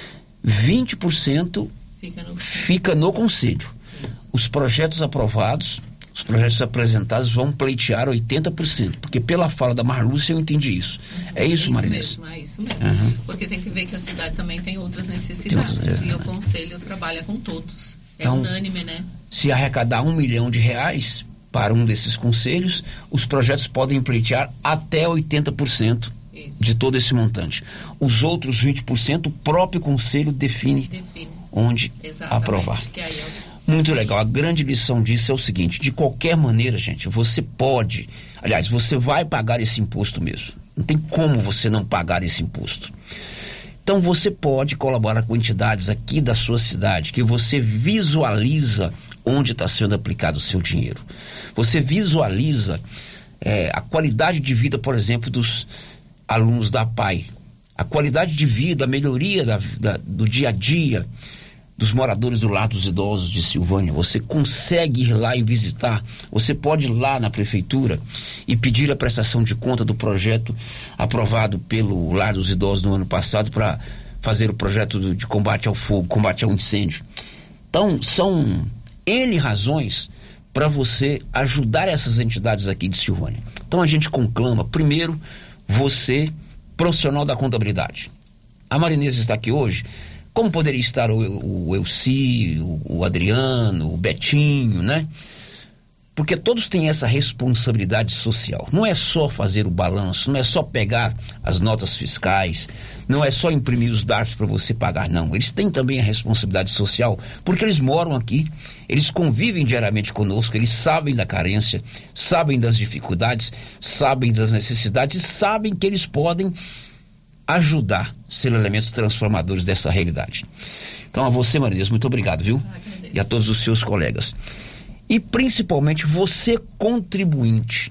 Speaker 5: vinte por cento fica no, fica no conselho. Os projetos aprovados, os projetos apresentados vão pleitear oitenta por cento, porque pela fala da Marlúcia eu entendi isso. É isso, Marinês?
Speaker 2: É isso mesmo, é isso mesmo.
Speaker 5: Uhum.
Speaker 2: Porque tem que ver que a cidade também tem outras necessidades, tem outros, é. e o conselho trabalha com todos. É então, unânime, né? Se arrecadar um milhão de reais para um desses conselhos, os projetos podem pleitear até oitenta por cento Isso. de todo esse montante. Os outros vinte por cento, o próprio conselho define, define. onde Exatamente. aprovar. Que aí é... Muito legal. A grande lição disso é o seguinte: de qualquer maneira, gente, você pode, aliás, você vai pagar esse imposto mesmo. Não tem como você não pagar esse imposto. Então você pode colaborar com entidades aqui da sua cidade, que você visualiza onde está sendo aplicado o seu dinheiro. Você visualiza é, a qualidade de vida, por exemplo, dos alunos da A P A I. A qualidade de vida, a melhoria da, da, do dia a dia dos moradores do Lar dos Idosos de Silvânia. Você consegue ir lá e visitar. Você pode ir lá na prefeitura e pedir a prestação de conta do projeto aprovado pelo Lar dos Idosos no ano passado para fazer o projeto do, de combate ao fogo, combate ao incêndio. Então, são N razões para você ajudar essas entidades aqui de Silvânia. Então, a gente conclama, primeiro, você, profissional da contabilidade. A Marinês está aqui hoje. Como poderia estar o, o Elci, o, o Adriano, o Betinho, né? Porque todos têm essa responsabilidade social. Não é só fazer o balanço, não é só pegar as notas fiscais, não é só imprimir os dados para você pagar, não. Eles têm também a responsabilidade social, porque eles moram aqui, eles convivem diariamente conosco, eles sabem da carência, sabem das dificuldades, sabem das necessidades e sabem que eles podem ajudar, ser elementos transformadores dessa realidade. Então, a você, Marinês, muito obrigado, viu? E a todos os seus colegas.
Speaker 5: e principalmente você contribuinte.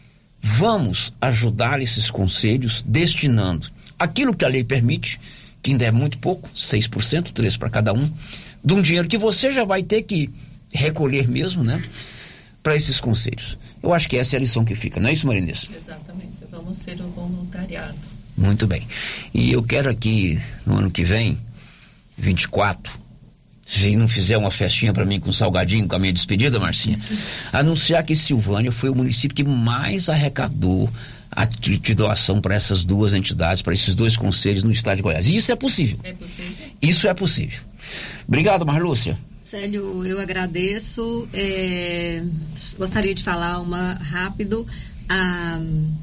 Speaker 5: Vamos ajudar esses conselhos destinando aquilo que a lei permite, que ainda é muito pouco, seis por cento, três por cento para cada um, de um dinheiro que você já vai ter que recolher mesmo, né? Para esses conselhos. Eu acho que essa é a lição que fica, não é isso, Marinês?
Speaker 2: Exatamente, vamos ser um voluntariado.
Speaker 5: Muito bem. E eu quero aqui, no ano que vem, vinte e quatro, se não fizer uma festinha para mim com salgadinho, com a minha despedida, Marcinha, anunciar que Silvânia foi o município que mais arrecadou a título de doação para essas duas entidades, para esses dois conselhos no estado de Goiás. E isso é possível.
Speaker 2: É possível.
Speaker 5: Isso é possível. Obrigado, Marlúcia.
Speaker 10: Célio, eu agradeço. É, gostaria de falar uma rápido. A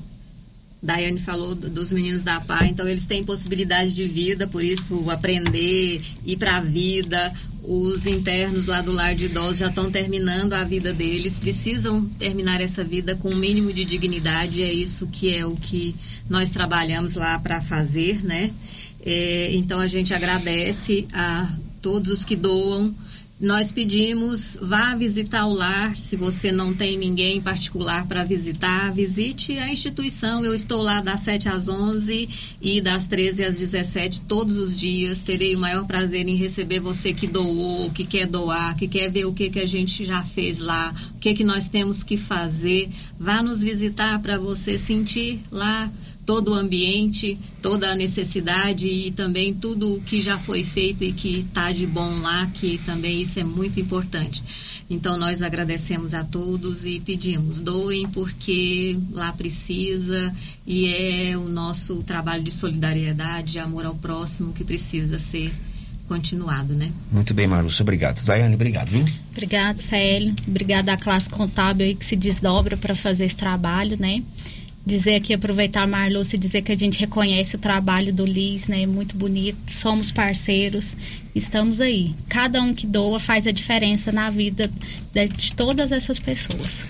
Speaker 10: Daiane falou dos meninos da P A, então eles têm possibilidade de vida, por isso aprender, ir para a vida. Os internos lá do lar de idosos já estão terminando a vida deles, precisam terminar essa vida com o um mínimo de dignidade, é isso que é o que nós trabalhamos lá para fazer, né? É, então a gente agradece a todos os que doam. Nós pedimos, vá visitar o lar, se você não tem ninguém em particular para visitar, visite a instituição. Eu estou lá das sete às onze e das treze às dezessete todos os dias. Terei o maior prazer em receber você que doou, que quer doar, que quer ver o que, que a gente já fez lá, o que, que nós temos que fazer. Vá nos visitar para você sentir lá todo o ambiente, toda a necessidade e também tudo o que já foi feito e que está de bom lá, que também isso é muito importante. Então nós agradecemos a todos e pedimos, doem porque lá precisa e é o nosso trabalho de solidariedade, de amor ao próximo que precisa ser continuado, né?
Speaker 5: Muito bem, Marlúcia, obrigado. Daiane, obrigado, viu?
Speaker 6: Obrigado, Célio. Obrigada à classe contábil aí que se desdobra para fazer esse trabalho, né? Dizer aqui, aproveitar a Marlúcia e dizer que a gente reconhece o trabalho do Liz, né? Muito bonito, somos parceiros, estamos aí. Cada um que doa faz a diferença na vida de, de todas essas pessoas.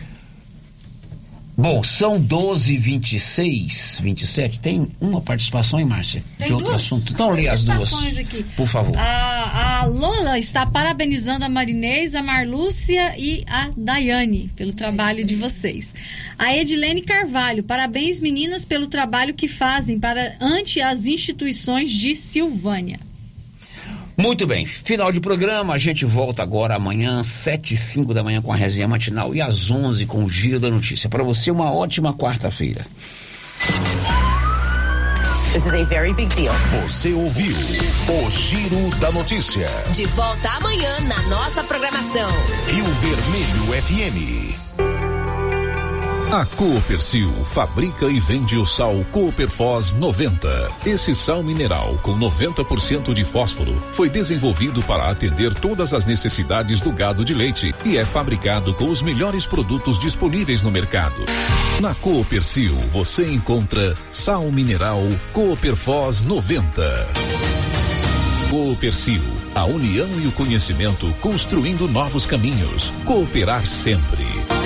Speaker 5: Bom, são doze e vinte e seis, vinte e sete. Tem uma participação aí, Márcia?
Speaker 18: Tem
Speaker 5: de outro
Speaker 18: duas
Speaker 5: assunto. Então lê as duas,
Speaker 18: aqui.
Speaker 5: por favor.
Speaker 18: A, a Lola está parabenizando a Marinês, a Marlúcia e a Daiane pelo trabalho de vocês. A Edilene Carvalho, parabéns meninas pelo trabalho que fazem para ante as instituições de Silvânia.
Speaker 5: Muito bem, final de programa, a gente volta agora amanhã, sete e cinco da manhã com a resenha matinal e às onze com o Giro da Notícia. Para você, uma ótima quarta-feira.
Speaker 3: This is a very big deal.
Speaker 14: Você ouviu o Giro da Notícia.
Speaker 3: De volta amanhã na nossa programação.
Speaker 14: Rio Vermelho F M. A Coopercil fabrica e vende o sal Cooperfos noventa. Esse sal mineral com noventa por cento de fósforo foi desenvolvido para atender todas as necessidades do gado de leite e é fabricado com os melhores produtos disponíveis no mercado. Na Coopercil você encontra sal mineral Cooperfos noventa. Coopercil, a união e o conhecimento construindo novos caminhos. Cooperar sempre.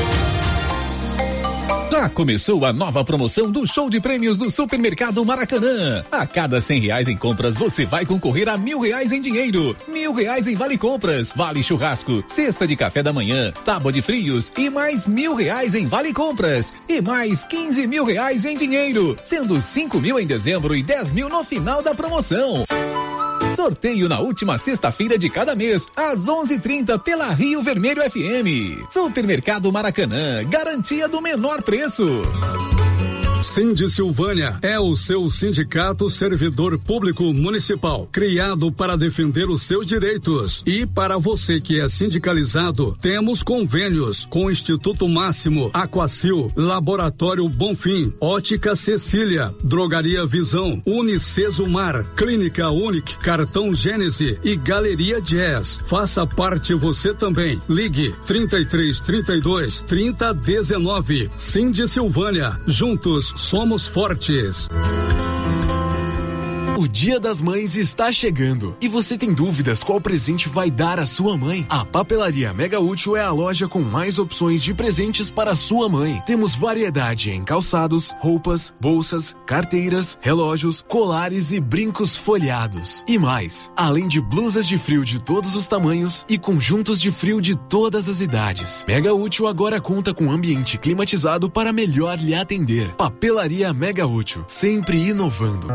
Speaker 14: Já começou a nova promoção do show de prêmios do Supermercado Maracanã. A cada cem reais em compras, você vai concorrer a mil reais em dinheiro, mil reais em vale compras, vale churrasco, cesta de café da manhã, tábua de frios e mais mil reais em vale compras e mais quinze mil reais em dinheiro, sendo cinco mil em dezembro e dez mil no final da promoção. Sorteio na última sexta-feira de cada mês, às onze e trinta pela Rio Vermelho F M. Supermercado Maracanã, garantia do menor preço.
Speaker 7: Sindi Silvânia é o seu sindicato servidor público municipal, criado para defender os seus direitos. E para você que é sindicalizado, temos convênios com o Instituto Máximo, Aquacil, Laboratório Bonfim, Ótica Cecília, Drogaria Visão, Unicesumar, Clínica Unic, Cartão Gênese e Galeria Jazz. Faça parte você também. Ligue trinta e três, trinta e dois, trinta, dezenove. Sindi Silvânia, juntos somos fortes.
Speaker 11: O Dia das Mães está chegando e você tem dúvidas qual presente vai dar à sua mãe? A Papelaria Mega Útil é a loja com mais opções de presentes para a sua mãe. Temos variedade em calçados, roupas, bolsas, carteiras, relógios, colares e brincos folheados. E mais, além de blusas de frio de todos os tamanhos e conjuntos de frio de todas as idades. Mega Útil agora conta com ambiente climatizado para melhor lhe atender. Papelaria Mega Útil, sempre inovando.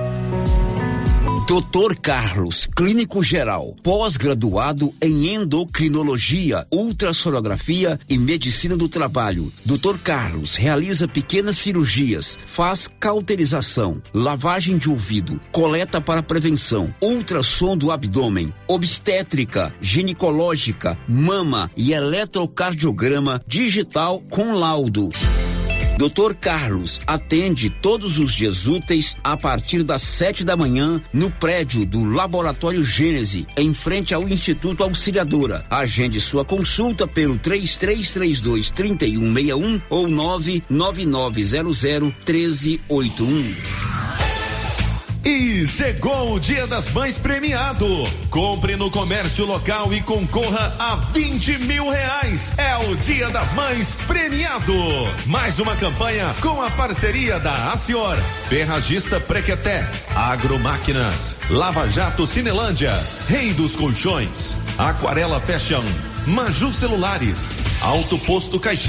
Speaker 5: doutor Carlos, clínico geral, pós-graduado em endocrinologia, ultrassonografia e medicina do trabalho. doutor Carlos realiza pequenas cirurgias, faz cauterização, lavagem de ouvido, coleta para prevenção, ultrassom do abdômen, obstétrica, ginecológica, mama e eletrocardiograma digital com laudo. doutor Carlos atende todos os dias úteis a partir das sete da manhã no prédio do Laboratório Gênese, em frente ao Instituto Auxiliadora. Agende sua consulta pelo três três três dois, três um seis um ou nove nove nove zero zero, um três oito um.
Speaker 8: E chegou o Dia das Mães premiado. Compre no comércio local e concorra a vinte mil reais. É o Dia das Mães premiado. Mais uma campanha com a parceria da Acior, Ferragista Prequeté, Agromáquinas, Lava Jato Cinelândia, Rei dos Colchões, Aquarela Fashion, Maju Celulares, Alto Posto Caixeiro.